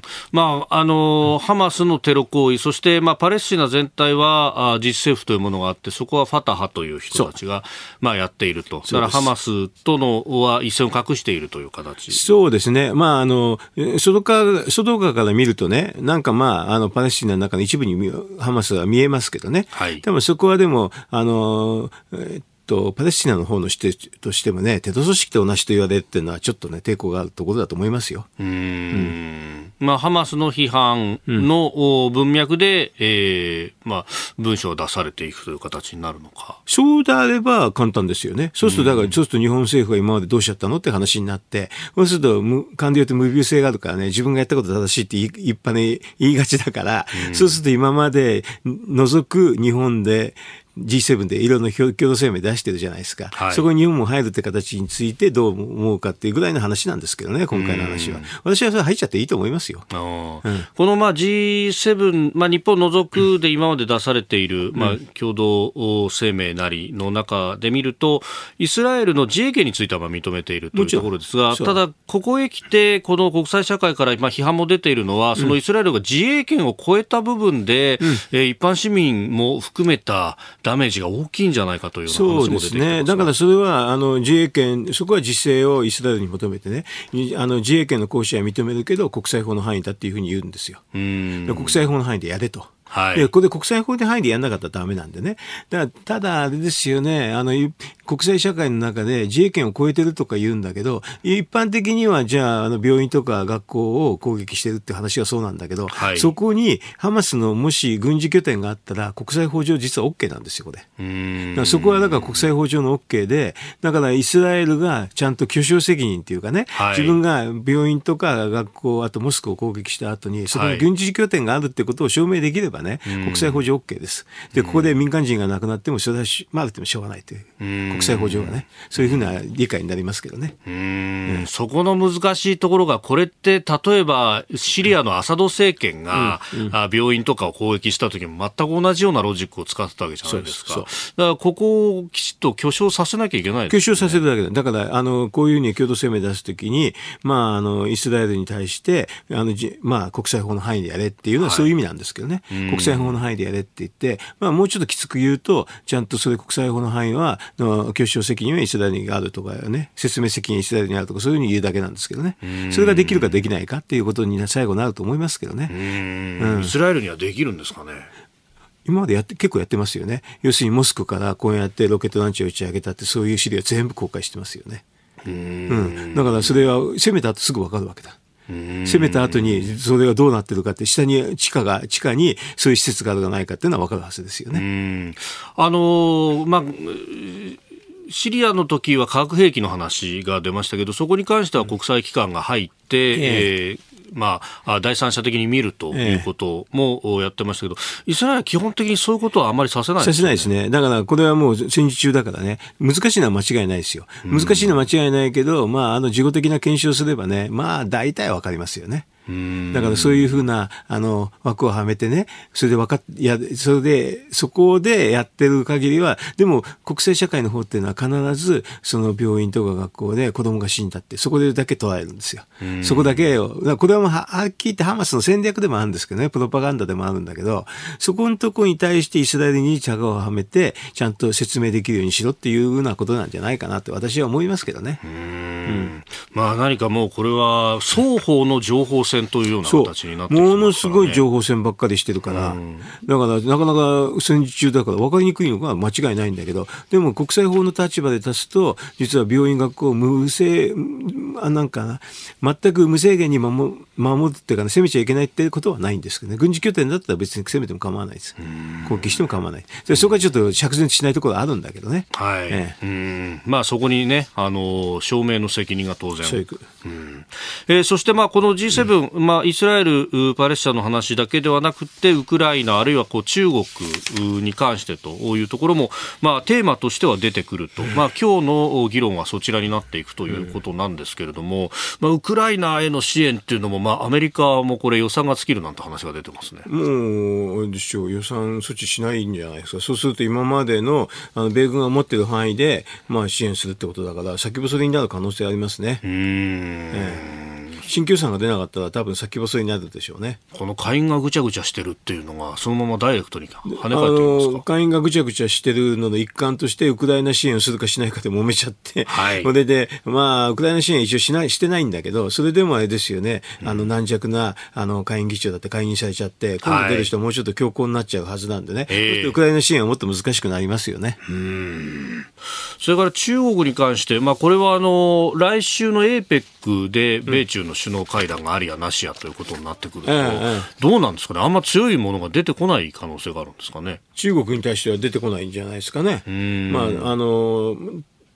まああのハマスのテロ行為、そして、まあ、パレスチナ全体は自治政府というものがあって、そこはファタハという人たちが、まあ、やっていると。だからハマスとのは一線を画しているという形。 そうですね。まああの外側外側から見るとね、なんかまああのパレスチナの中の一部にハマスは見えますけどね。はい、でもそこはでもあの、えっと、パレスチナの方の人としてもね、テロ組織と同じと言われるっていうのはちょっとね抵抗があるところだと思いますよ。うーん、 うんまあ、ハマスの批判の文脈で、うんえーまあ、文書を出されていくという形になるのか。 そうであれば簡単ですよね。そうするとだからそうすると日本政府が今までどうしちゃったのって話になって、そうすると官僚って無病性があるからね、自分がやったこと正しいって言い一般に言いがちだから、うん、そうすると今まで除く日本でジーセブン でいろんな共同声明出してるじゃないですか、はい、そこに日本も入るって形についてどう思うかっていうぐらいの話なんですけどね、今回の話は。私はそれ入っちゃっていいと思いますよ。うん、 このまあ ジーセブン、まあ、日本を除くで今まで出されている、まあ、共同声明なりの中で見ると、イスラエルの自衛権についてはまあ認めているというところですが、ただここへ来てこの国際社会からまあ批判も出ているのは、そのイスラエルが自衛権を超えた部分で、うん、えー、一般市民も含めたダメージが大きいんじゃないかというような話も出てきてます。 そうですね。だからそれはあの自衛権、そこは自制をイスラエルに求めてね、あの自衛権の行使は認めるけど国際法の範囲だっていうふうに言うんですよ。うん、国際法の範囲でやれと。はい、でここで国際法で範囲でやらなかったらダメなんでね。だからただあれですよね、あの国際社会の中で自衛権を超えてるとか言うんだけど、一般的にはじゃあ、あの病院とか学校を攻撃してるって話はそうなんだけど、はい、そこにハマスのもし軍事拠点があったら国際法上実は OK なんですよ、これ。うーん、だからそこはだから国際法上の OK で、だからイスラエルがちゃんと巨匠責任っていうかね、はい、自分が病院とか学校、あとモスクを攻撃した後にそこに軍事拠点があるってことを証明できればね、はい、国際法上 OK です。で、ここで民間人が亡くなってもそれはまあ、ある程度しょうがないという、国際法上はね、そういうふうな理解になりますけどね。 うーん、うん、そこの難しいところが、これって例えばシリアのアサド政権が、うんうん、あ病院とかを攻撃した時も全く同じようなロジックを使ってたわけじゃないですか。そうそう、だからここをきちっと巨匠させなきゃいけないですね。 巨匠させるだけだ。だからあのこういうふうに共同声明出すときに、まあ、あのイスラエルに対してあの、まあ、国際法の範囲でやれっていうのはそういう意味なんですけどね、はい、国際法の範囲でやれって言って、まあ、もうちょっときつく言うと、ちゃんとそれ国際法の範囲はの巨匠責任はイスラエルにあるとかね、説明責任イスラエルにあるとかそういうふうに言うだけなんですけどね、それができるかできないかっていうことに最後なると思いますけどね。うーん、うん、イスラエルにはできるんですかね。 今までやって結構やってますよね。要するにモスクからこうやってロケットランチを打ち上げたって、そういう資料全部公開してますよね。うーん、うん、だからそれは攻めた後すぐ分かるわけだ。攻めた後にそれがどうなってるかって、下に地下が地下にそういう施設があるかないかっていうのは分かるはずですよね。うーん、 あのー、まあシリアの時は化学兵器の話が出ましたけど、そこに関しては国際機関が入って、うん、えーえーまあ、第三者的に見るということもやってましたけど、イスラエルは基本的にそういうことはあんまりさせないですね。 させないですね。だからこれはもう戦時中だからね、難しいのは間違いないですよ。難しいのは間違いないけど、まあ、あの事後的な検証すればね、まあ大体わかりますよね。だからそういうふうなあの枠をはめてね、それで分かっやそれでそこでやってる限りは、でも国際社会の方っていうのは必ずその病院とか学校で子供が死んだってそこでだけ捉えるんですよ。そこだけを、これはもうははっきり言ってハマスの戦略でもあるんですけどね、プロパガンダでもあるんだけど、そこのところに対してイスラエルに着をはめてちゃんと説明できるようにしろっていうようなことなんじゃないかなって私は思いますけどね。うーん、 うん、まあ何かもうこれは双方の情報戦というような形になってきてますからね。 ものすごい情報戦ばっかりしてるから、うん、だからなかなか戦時中だから分かりにくいのが間違いないんだけど、でも国際法の立場で立つと実は病院学校を無制あなんかな全く無制限に守守るっていうか、ね、攻めちゃいけないってことはないんですけどね。軍事拠点だったら別に攻めても構わないです。攻撃しても構わない。でそこはちょっと釈然としないところあるんだけどね。 はい。ええ、うん、まあそこにね、あの証明の責任が当然。そういううん、えー、そしてまあこの ジーセブン、うん、まあイスラエルパレスチナの話だけではなくて、ウクライナあるいはこう中国に関してというところもまあテーマとしては出てくると、まあ今日の議論はそちらになっていくということなんですけれども、まあウクライナへの支援っていうのもまあアメリカもこれ予算が尽きるなんて話が出てますね。 もうでしょう、予算措置しないんじゃないですか。そうすると今までのあの米軍が持っている範囲でまあ支援するってことだから、先細りになる可能性ありますね。うーん、ええ、新旧産が出なかったら多分先細りになるでしょうね。 この下院がぐちゃぐちゃしてるっていうのがそのままダイレクトに跳ね返ってきますか。 下院がぐちゃぐちゃしてるのの一環としてウクライナ支援をするかしないかで揉めちゃって、はい、それでまあウクライナ支援一応しないしてないんだけど、それでもあれですよね、あの軟弱なあの下院議長だって解任されちゃって、今度出る人はもうちょっと強硬になっちゃうはずなんでね、はい、ウクライナ支援はもっと難しくなりますよね。うーん、それから中国に関して、まあ、これはあの来週の エーペック で米中の首脳会談がありやなしやということになってくると、うん、どうなんですかね。あんま強いものが出てこない可能性があるんですかね。 中国に対しては出てこないんじゃないですかね。うん、まああの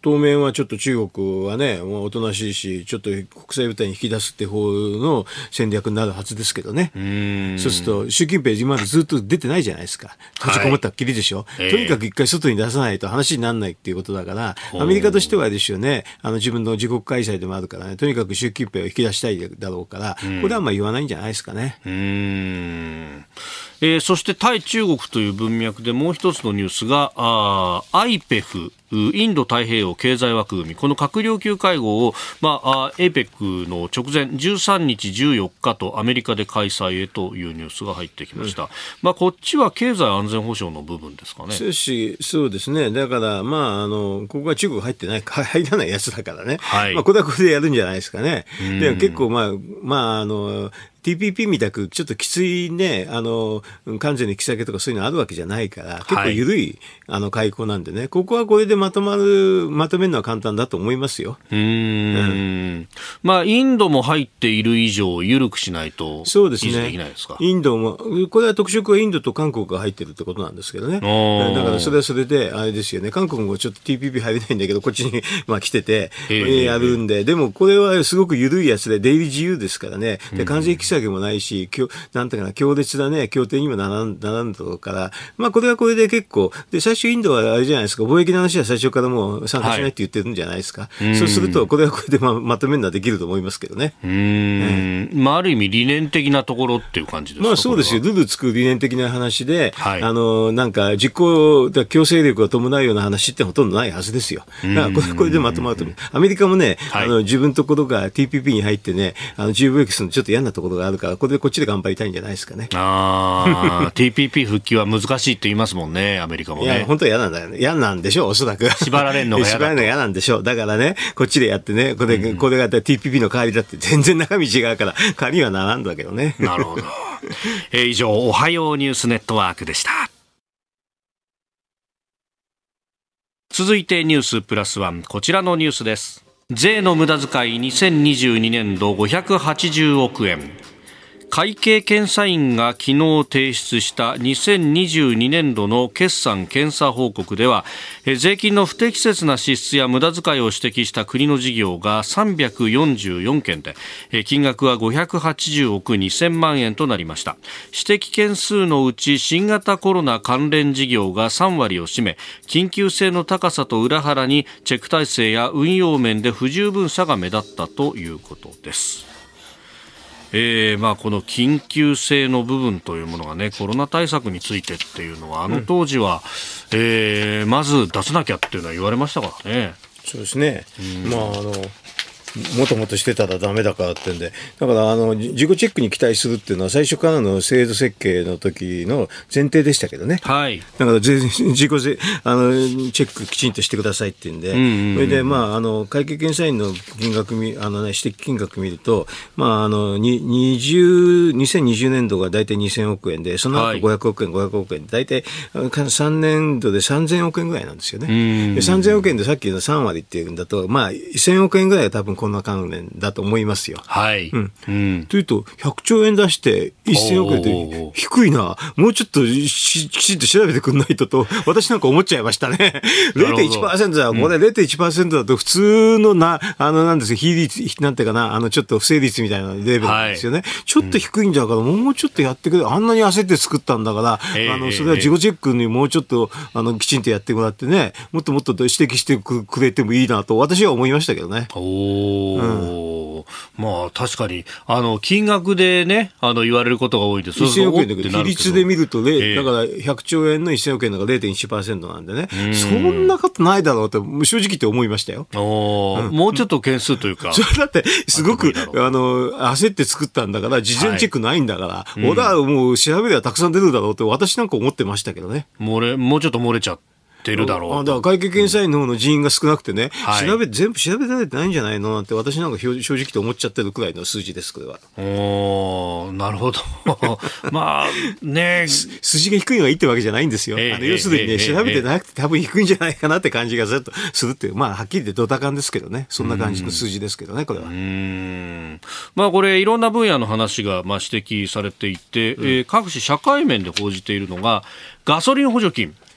当面はちょっと中国はね、もうおとなしいし、ちょっと国際舞台に引き出すって方の戦略になるはずですけどね。うーん、そうすると、習近平今までずっと出てないじゃないですか。閉じこもったっきりでしょ。はい、とにかく一回外に出さないと話にならないっていうことだから、アメリカとしてはですよね、あの自分の自国開催でもあるからね、とにかく習近平を引き出したいだろうから、これはまあ言わないんじゃないですかね。 うーん、えー、そして対中国という文脈でもう一つのニュースがあ アイペフインド太平洋経済枠組み、この閣僚級会合を、まあ、エーペックの直前じゅうさんにちじゅうよっかとアメリカで開催へというニュースが入ってきました、うん、まあ、こっちは経済安全保障の部分ですかね。 そうし、そうですね。だから、まあ、あのここは中国入ってない入らないやつだからね、はい、まあ、これはこれでやるんじゃないですかね。で結構、まあまあ、あのティーピーピー みたくちょっときついね、あの関税の引き下げとかそういうのあるわけじゃないから、結構緩い、はい、あの開口なんでね、ここはこれでまとまるまとめるのは簡単だと思いますよ。 うーん、うん、まあインドも入っている以上緩くしないとそうですね、 維持できないですか。 インドもこれは特色はインドと韓国が入ってるってことなんですけどね。だからそれはそれであれですよね。韓国もちょっと ティーピーピー 入れないんだけどこっちにまあ来てて、えー、やるんで、でもこれはすごく緩いやつで出入り自由ですからね。で関税引き下げもないし、なんていうかな、強烈なね、協定にもならんだから、まあこれはこれで結構、で、最初インドはあれじゃないですか、貿易の話は最初からもう参加しないって言ってるんじゃないですか。はい、そうすると、これはこれで ま, まとめるのはできると思いますけどね。 うーん、まあある意味理念的なところっていう感じですか。 まあそうですよ。ルール作る理念的な話で、はい、あの、なんか実行、強制力が伴うような話ってほとんどないはずですよ。だからこれこれでまとまると思う。アメリカもね、はい、あの自分のところが ティーピーピー に入ってね、あの自由貿易するのちょっと嫌なところがあるから、これでこっちで頑張りたいんじゃないですかね。 あティーピーピー 復帰は難しいって言いますもんね、アメリカもね。 いや、本当は嫌なんだよね。嫌なんでしょう、おそらく。 縛られるのが嫌だと。 縛られるのが嫌なんでしょう。だからね、こっちでやってね、これ、うん、これが ティーピーピー の代わりだって全然中身違うから、代わりにはならんだけどね。 なるほど。えー、以上、おはようニュースネットワークでした。続いてニュースプラスワン、こちらのニュースです。税の無駄遣いにせんにじゅうにねんどごひゃくはちじゅうおくえん。会計検査院が昨日提出したにせんにじゅうにねんどの決算検査報告では、税金の不適切な支出や無駄遣いを指摘した国の事業がさんびゃくよんじゅうよんけんで、金額はごひゃくはちじゅうおくにせんまんえんとなりました。指摘件数のうち新型コロナ関連事業がさんわりを占め、緊急性の高さと裏腹にチェック体制や運用面で不十分さが目立ったということです。えーまあ、この緊急性の部分というものがね、コロナ対策についてっていうのはあの当時は、うん、えー、まず出さなきゃっていうのは言われましたからね。 そうですね、うん、まああのもともとしてたらダメだからってんで、だからあの自己チェックに期待するっていうのは最初からの制度設計の時の前提でしたけどね。 はい。 だから自己あのチェックきちんとしてくださいっていうんで、うんうんうん、それでまああの会計検査院の金額みあのね指摘金額見ると、まああのににじゅう にせんにじゅうねんどがだいたいにせんおくえんで、その後ごひゃくおくえん、はい、ごひゃくおくえんだいたいさんねんどでさんぜんおくえんぐらいなんですよね。うんうん、でさんぜんおくえんでさっきのさんわりっていうんだと、まあせんおくえんぐらいは多分コロナ関連だと思いますよ。 はい。うんうん、というとひゃくちょうえん出してせんおくえんって低いな、もうちょっときちんと調べてくんないとと私なんか思っちゃいましたね。ゼロてんいちパーセント だ、これ ゼロてんいちパーセント だと普通のなあのなんですか比率なんていうかな、あのちょっと不正率みたいなレベルなんですよね。はい、ちょっと低いんだから、もうちょっとやってくれ、あんなに焦って作ったんだから、えー、あのそれは自己チェックにもうちょっとあのきちんとやってもらってね、もっともっと指摘してくれてもいいなと私は思いましたけどね。 おー、うん、まあ確かにあの金額でねあの言われることが多いです。 せんおくえんだけど比率で見ると、えー、だからひゃくちょうえんのせんおくえんだから ゼロてんいちパーセント なんでね、んそんなことないだろうと正直って思いましたよ。 お、うん、もうちょっと件数というか、 それだってすごくあの焦って作ったんだから事前チェックないんだから、はい、俺はもう調べればたくさん出るだろうって私なんか思ってましたけどね。 漏れもうちょっと漏れちゃってるだろう。 あだから会計検査院の方の人員が少なくてね、うん、調べ全部調べられてないんじゃないのなんて私なんか正直と思っちゃってるくらいの数字です。これは。 おー、なるほど。まあね、 筋が低いのがいいってわけじゃないんですよ。えー、あの要するにね、えー、調べてなくて多分低いんじゃないかなって感じがずっとするっていう、まあはっきり言ってドタカンですけどね、そんな感じの数字ですけどね、これは。うーん、まあこれいろんな分野の話がまあ指摘されていて、うん、えー、各種社会面で報じているのがガソリン補助金。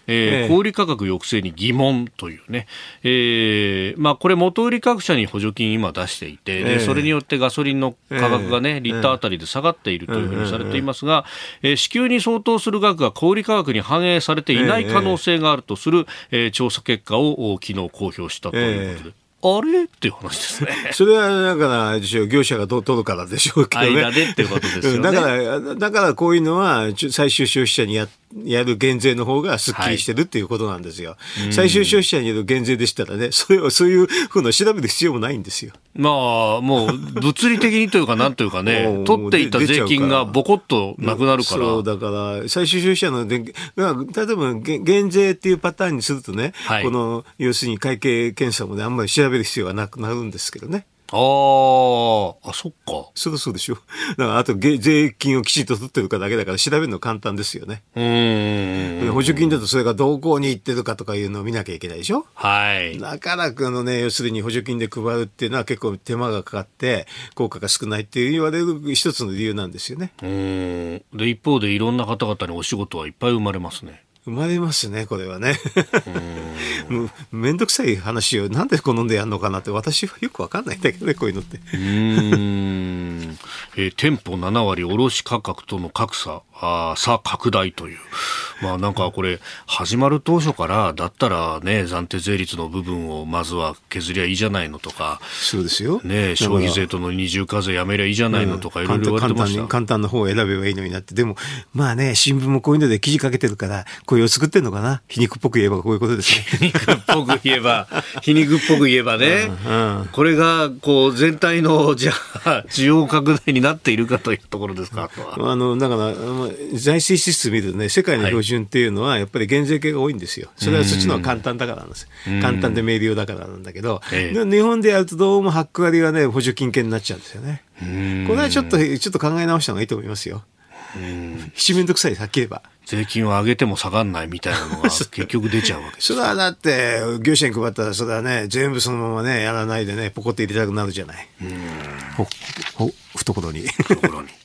えーえー、小売価格抑制に疑問というね、えーまあ、これ元売り各社に補助金今出していて、でそれによってガソリンの価格がね、えー、リッターあたりで下がっているというふうにされていますが、えー、支給に相当する額が小売価格に反映されていない可能性があるとする、えー、調査結果を昨日公表したということで、えーあれっていう話ですね。 それはだからあれでしょう、業者がどう取るからでしょうけどね。 間でっていうことですよね。 だからだからこういうのは最終消費者にややる減税の方がすっきりしてるっていうことなんですよ。はい、最終消費者にやる減税でしたらね、それをそういうふうの調べる必要もないんですよ。 まあもう物理的にというかなんというかね、取っていた税金がボコッとなくなるから。 そうだから最終消費者の例えば減税っていうパターンにするとね、はい、この要するに会計検査もねあんまり調べる必要がなくなるんですけどね。 ああ、あ、そっか。 そうだそうでしょ。だからあと税金をきちんと取ってるかだけだから調べるの簡単ですよね。うーん。補助金だとそれがどこに行ってるかとかいうのを見なきゃいけないでしょ。はい。だからあのね、要するに補助金で配るっていうのは結構手間がかかって効果が少ないって言われる一つの理由なんですよね。 うーん。で一方でいろんな方々にお仕事はいっぱい生まれますね。 生まれますね、これはね。もうめんどくさい話をなんで好んでやるのかなって私はよくわかんないんだけどね、こういうのって。うーん、えー、店舗なな割卸価格との格差あ差拡大という、まあなんかこれ始まる当初からだったらね暫定税率の部分をまずは削りゃいいじゃないのとか、 そうですよね、消費税との二重課税やめりゃいいじゃないのとかいろいろ言われてました。 簡単に簡単な方を選べばいいのになって、でもまあね新聞もこういうので記事かけてるからこういうを作ってるのかな。皮肉っぽく言えばこういうことですね。 皮肉っぽく言えば皮肉っぽく言えばね、うんうん、これがこう全体のじゃあ需要拡大になっているかというところですか。 あとあのだから財政支出見るとね、世界の標準っていうのはやっぱり減税系が多いんですよ。それはそっちの方が簡単だからなんです。簡単で明瞭だからなんだけど、ええ、日本でやるとどうもはち割はね補助金系になっちゃうんですよね。これはちょっとちょっと考え直した方がいいと思いますよ。七面倒くさい、はっきり言えば税金を上げても下がんないみたいなのが結局出ちゃうわけです。 それはだって業者に配ったらそれはね全部そのままねやらないでねポコって入れたくなるじゃない。うんほほ懐に懐に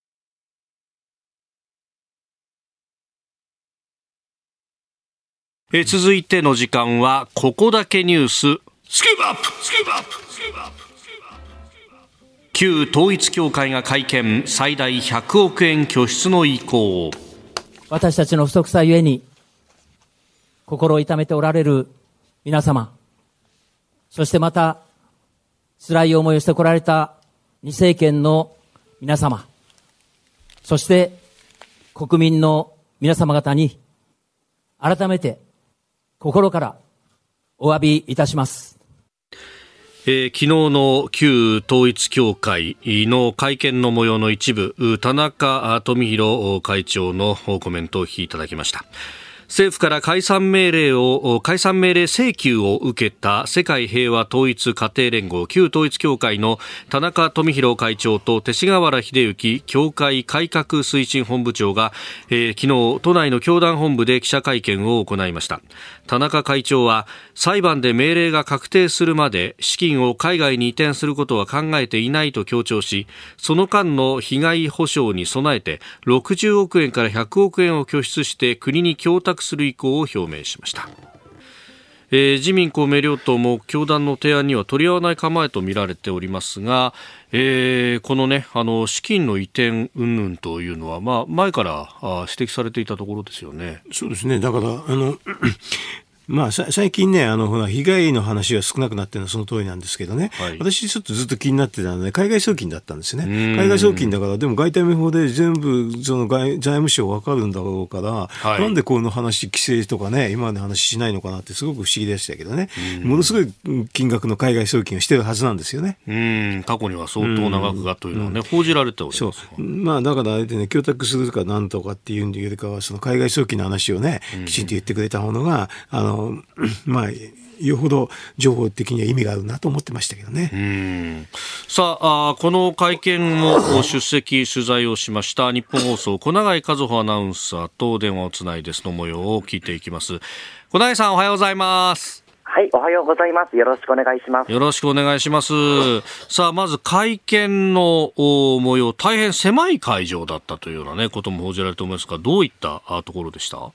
え続いての時間はここだけニューススキープアップスキープアップスキープアップ旧統一教会が会見、最大ひゃくおくえん拠出の意向。 私たちの不足さゆえに心を痛めておられる皆様、そしてまた辛い思いをしてこられた二政権の皆様、そして国民の皆様方に改めて心からお詫びいたします。 えー、昨日の旧統一教会の会見の模様の一部、田中富広会長のコメントをお聞きいただきました。政府から解散命令を解散命令請求を受けた世界平和統一家庭連合旧統一教会の田中富広会長と勅使河原秀行教会改革推進本部長が、えー、昨日都内の教団本部で記者会見を行いました。田中会長は裁判で命令が確定するまで資金を海外に移転することは考えていないと強調し、その間の被害補償に備えてろくじゅうおくえんからひゃくおくえんを拠出して国に供託する意向を表明しました。えー、自民公明両党も教団の提案には取り合わない構えと見られておりますが、えー、このねあの資金の移転云々というのは、まあ、前からあ指摘されていたところですよね。 そうですね。だからあのまあ、最近ね、あの、ほら、被害の話が少なくなってるのはその通りなんですけどね。はい、私ちょっとずっと気になってたのはね、海外送金だったんですね。海外送金だから、でも外為法で全部、その外、財務省わかるんだろうから、はい、なんでこの話、規制とかね、今まで話しないのかなってすごく不思議でしたけどね。ものすごい金額の海外送金をしてるはずなんですよね。 うん、過去には相当な額がというのはね、報じられております。 そう。まあ、だからあれでね、供託するかなんとかっていうんよりかは、その海外送金の話をね、きちんと言ってくれたものが、あの、まあ、よほど情報的には意味があるなと思ってましたけどね。 うんさあ、あこの会見も出席取材をしました日本放送小永井和穂アナウンサーと電話をつないでその模様を聞いていきます。小永井さん、おはようございます。 はい、おはようございます。よろしくお願いします。 よろしくお願いします。さあ、まず会見の模様、大変狭い会場だったというような、ね、ことも報じられると思いますが、どういったところでした？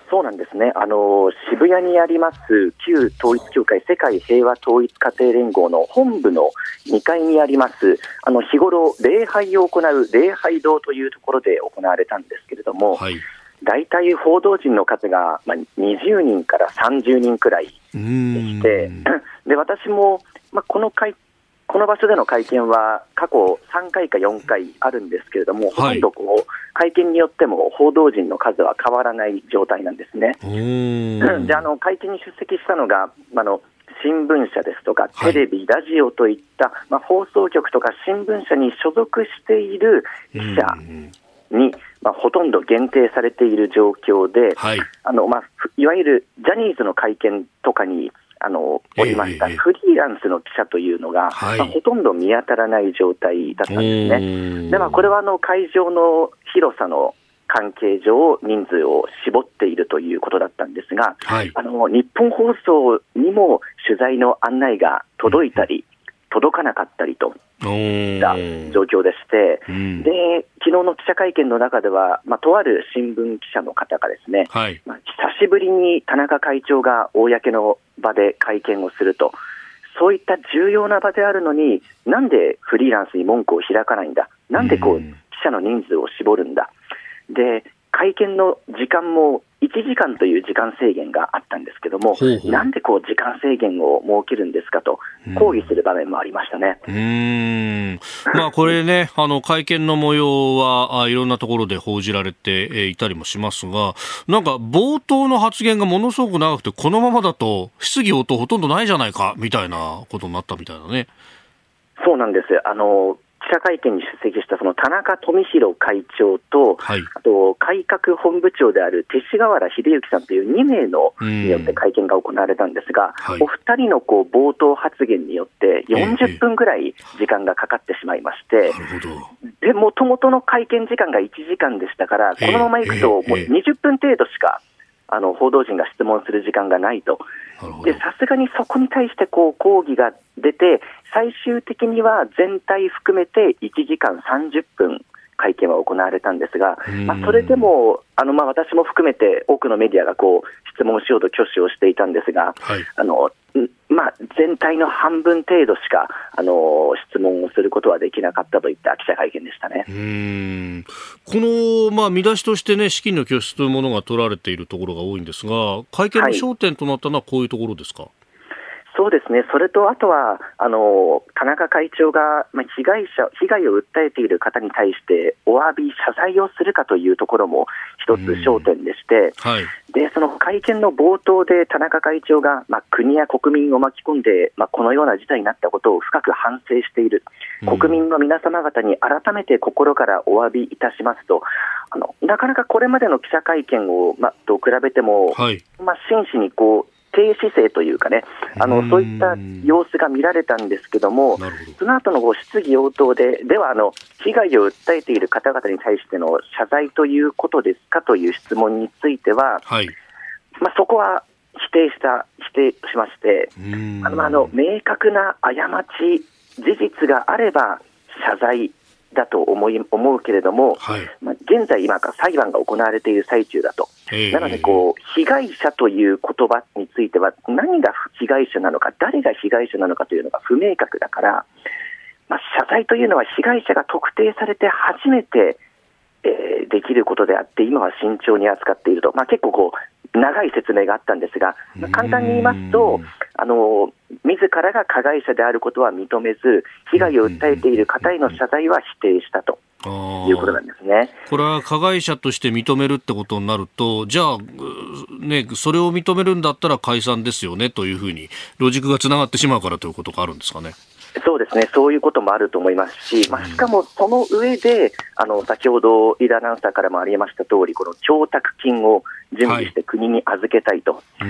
そうなんですね。あの渋谷にあります旧統一教会世界平和統一家庭連合の本部のにかいにありますあの日頃礼拝を行う礼拝堂というところで行われたんですけれども、はい、大体報道陣の数が、まあ、にじゅうにんからさんじゅうにんくらいでして、で私も、まあ、この会この場所での会見は過去さんかいかよんかいあるんですけれども、ほとんどこう会見によっても報道陣の数は変わらない状態なんですね。であの会見に出席したのがあの新聞社ですとかテレビ、はい、ラジオといった、まあ、放送局とか新聞社に所属している記者に、まあ、ほとんど限定されている状況で、はい、あのまあ、いわゆるジャニーズの会見とかにあのおりましたフリーランスの記者というのが、えーまあ、ほとんど見当たらない状態だったんですね。で、まあ、これはあの会場の広さの関係上人数を絞っているということだったんですが、はい、あの日本放送にも取材の案内が届いたり、うん、届かなかったりといった状況でして、うん、で昨日の記者会見の中では、まあ、とある新聞記者の方がですね、はい、まあ、久しぶりに田中会長が公の場で会見をすると、そういった重要な場であるのになんでフリーランスに門戸を開かないんだ、なんでこう、うん、記者の人数を絞るんだ、で会見の時間もいちじかんという時間制限があったんですけども、ほうほう、なんでこう時間制限を設けるんですかと抗議する場面もありましたね。 うーん、まあ、これねあの会見の模様はあいろんなところで報じられていたりもしますが、なんか冒頭の発言がものすごく長くて、このままだと質疑応答ほとんどないじゃないかみたいなことになったみたいなね。 そうなんです。あの記者会見に出席したその田中富広会長と、はい、あと改革本部長である勅使河原秀行さんというにめいのによって会見が行われたんですが、はい、お二人のこう冒頭発言によってよんじゅっぷんぐらい時間がかかってしまいまして、えー、でもともとの会見時間がいちじかんでしたから、このままいくともうにじゅっぷん程度しかあの報道陣が質問する時間がないと。でさすがにそこに対してこう抗議が出て、最終的には全体含めていちじかんさんじゅっぷん会見は行われたんですが、まあ、それでもあの、まあ、私も含めて多くのメディアがこう質問しようと挙手をしていたんですが、はい、あのまあ、全体の半分程度しかあの質問をすることはできなかったといった記者会見でしたね。 うーん、この、まあ、見出しとして、ね、資金の拠出というものが取られているところが多いんですが、会見の焦点となったのはこういうところですか。はい、 そうですね。それとあとはあの田中会長が、まあ、被害者被害を訴えている方に対してお詫び謝罪をするかというところも一つ焦点でして、はい、でその会見の冒頭で田中会長が、まあ、国や国民を巻き込んで、まあ、このような事態になったことを深く反省している、国民の皆様方に改めて心からお詫びいたしますと、あのなかなかこれまでの記者会見を、まあ、と比べても、はい、まあ、真摯にこう低姿勢というかね、あのそういった様子が見られたんですけども、その後のご質疑応答で、ではあの被害を訴えている方々に対しての謝罪ということですかという質問については、はい、まあ、そこは否定した否定しまして、あのあの明確な過ち事実があれば謝罪だと思い思うけれども、はい、まあ、現在今から裁判が行われている最中だと、なのでこう被害者という言葉については何が被害者なのか、誰が被害者なのかというのが不明確だから、まあ、謝罪というのは被害者が特定されて初めて、えー、できることであって、今は慎重に扱っていると、まあ、結構こう長い説明があったんですが、まあ、簡単に言いますと、あの自らが加害者であることは認めず、被害を訴えている方への謝罪は否定したということなんですね。 これは加害者として認めるってことになると、じゃあ、ね、それを認めるんだったら解散ですよねというふうにロジックがつながってしまうからということがあるんですかね。 そうですね、そういうこともあると思いますし、まあ、しかもその上で、あの先ほど飯田アナウンサーからもありました通り、この供託金を準備して国に預けたいと、はい、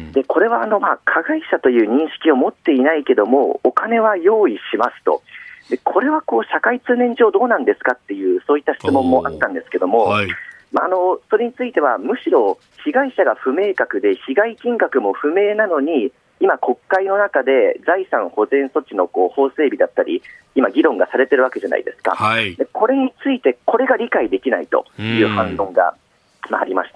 でこれはあの、まあ、加害者という認識を持っていないけどもお金は用意しますと、でこれはこう社会通念上どうなんですかっていう、そういった質問もあったんですけども、はい、まあ、あのそれについてはむしろ被害者が不明確で被害金額も不明なのに、今国会の中で財産保全措置のこう法整備だったり今議論がされてるわけじゃないですか、はい、でこれについてこれが理解できないという反論が、まあ、ありましたね。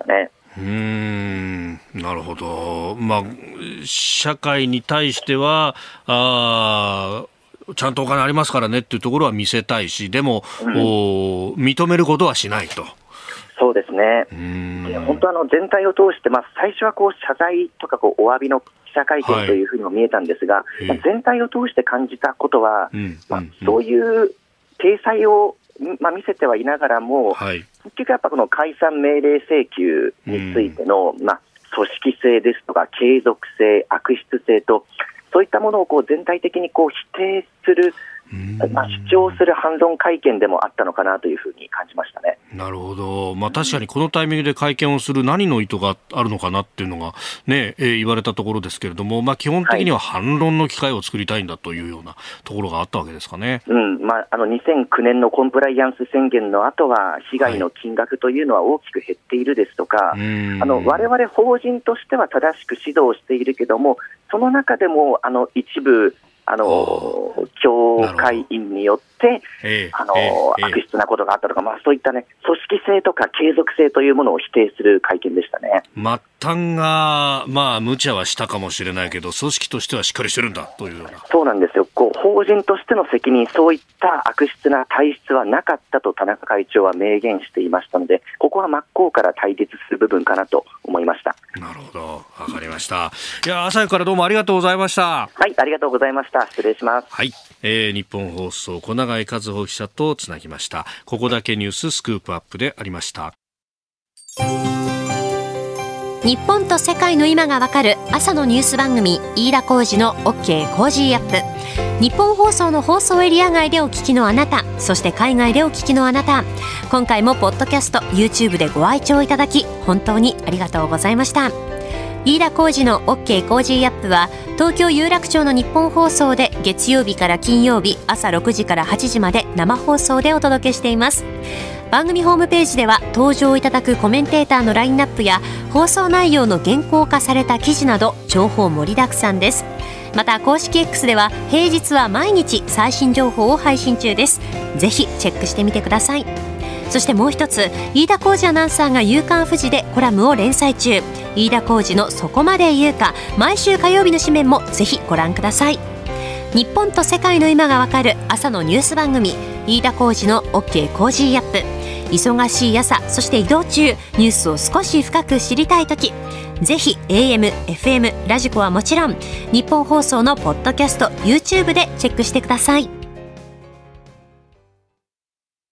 うーん、なるほど。まあ、社会に対しては、あちゃんとお金ありますからねっていうところは見せたいし、でも、うん、認めることはしないと。 そうですね。本当あの全体を通して、まあ、最初はこう謝罪とかこうお詫びの記者会見というふうにも見えたんですが、はいまあ、全体を通して感じたことは、うんまあ、そういう体裁を、まあ、見せてはいながらも、はい、結局やっぱこの解散命令請求についての、まあ、組織性ですとか継続性、悪質性とそういったものをこう全体的にこう否定する、まあ、主張する反論会見でもあったのかなというふうに感じましたね。 なるほど、まあ、確かにこのタイミングで会見をする何の意図があるのかなっていうのが、ねえー、言われたところですけれども、まあ、基本的には反論の機会を作りたいんだというようなところがあったわけですかね。 うんまあ、あのにせんきゅうねんのコンプライアンス宣言の後は被害の金額というのは大きく減っているですとか、はい、あの我々法人としては正しく指導しているけども、その中でもあの一部あの教会員によって、えーあのえー、悪質なことがあったとか、まあ、そういった、ね、組織性とか継続性というものを否定する会見でしたね。 末端が、まあ、無茶はしたかもしれないけど、組織としてはしっかりしてるんだというような。 そうなんですよ。こう法人としての責任、そういった悪質な体質はなかったと田中会長は明言していましたので、ここは真っ向から対立する部分かなと思いました。 なるほど、わかりました。いや、朝からどうもありがとうございました。 はい、ありがとうございました。失礼します。 はい、えー、日本放送小永井和穂記者とつなぎました。ここだけニューススクープアップでありました。 日本と世界の今がわかる朝のニュース番組、飯田浩司の OK コージーアップ。日本放送の放送エリア外でお聞きのあなた、そして海外でお聞きのあなた、今回もポッドキャスト YouTube でご愛聴いただき本当にありがとうございました。飯田浩司の OK コージーアップは東京有楽町の日本放送で月曜日から金曜日朝ろくじからはちじまで生放送でお届けしています。番組ホームページでは登場いただくコメンテーターのラインナップや放送内容の原稿化された記事など情報盛りだくさんです。また公式 X では平日は毎日最新情報を配信中です。ぜひチェックしてみてください。そしてもう一つ、飯田浩司アナウンサーが夕刊フジでコラムを連載中、飯田浩司のそこまで言うか、毎週火曜日の紙面もぜひご覧ください。日本と世界の今がわかる朝のニュース番組、飯田浩司の OK コージーアップ。忙しい朝、そして移動中、ニュースを少し深く知りたいとき、ぜひ エーエム、エフエム、ラジコはもちろん日本放送のポッドキャスト YouTube でチェックしてください。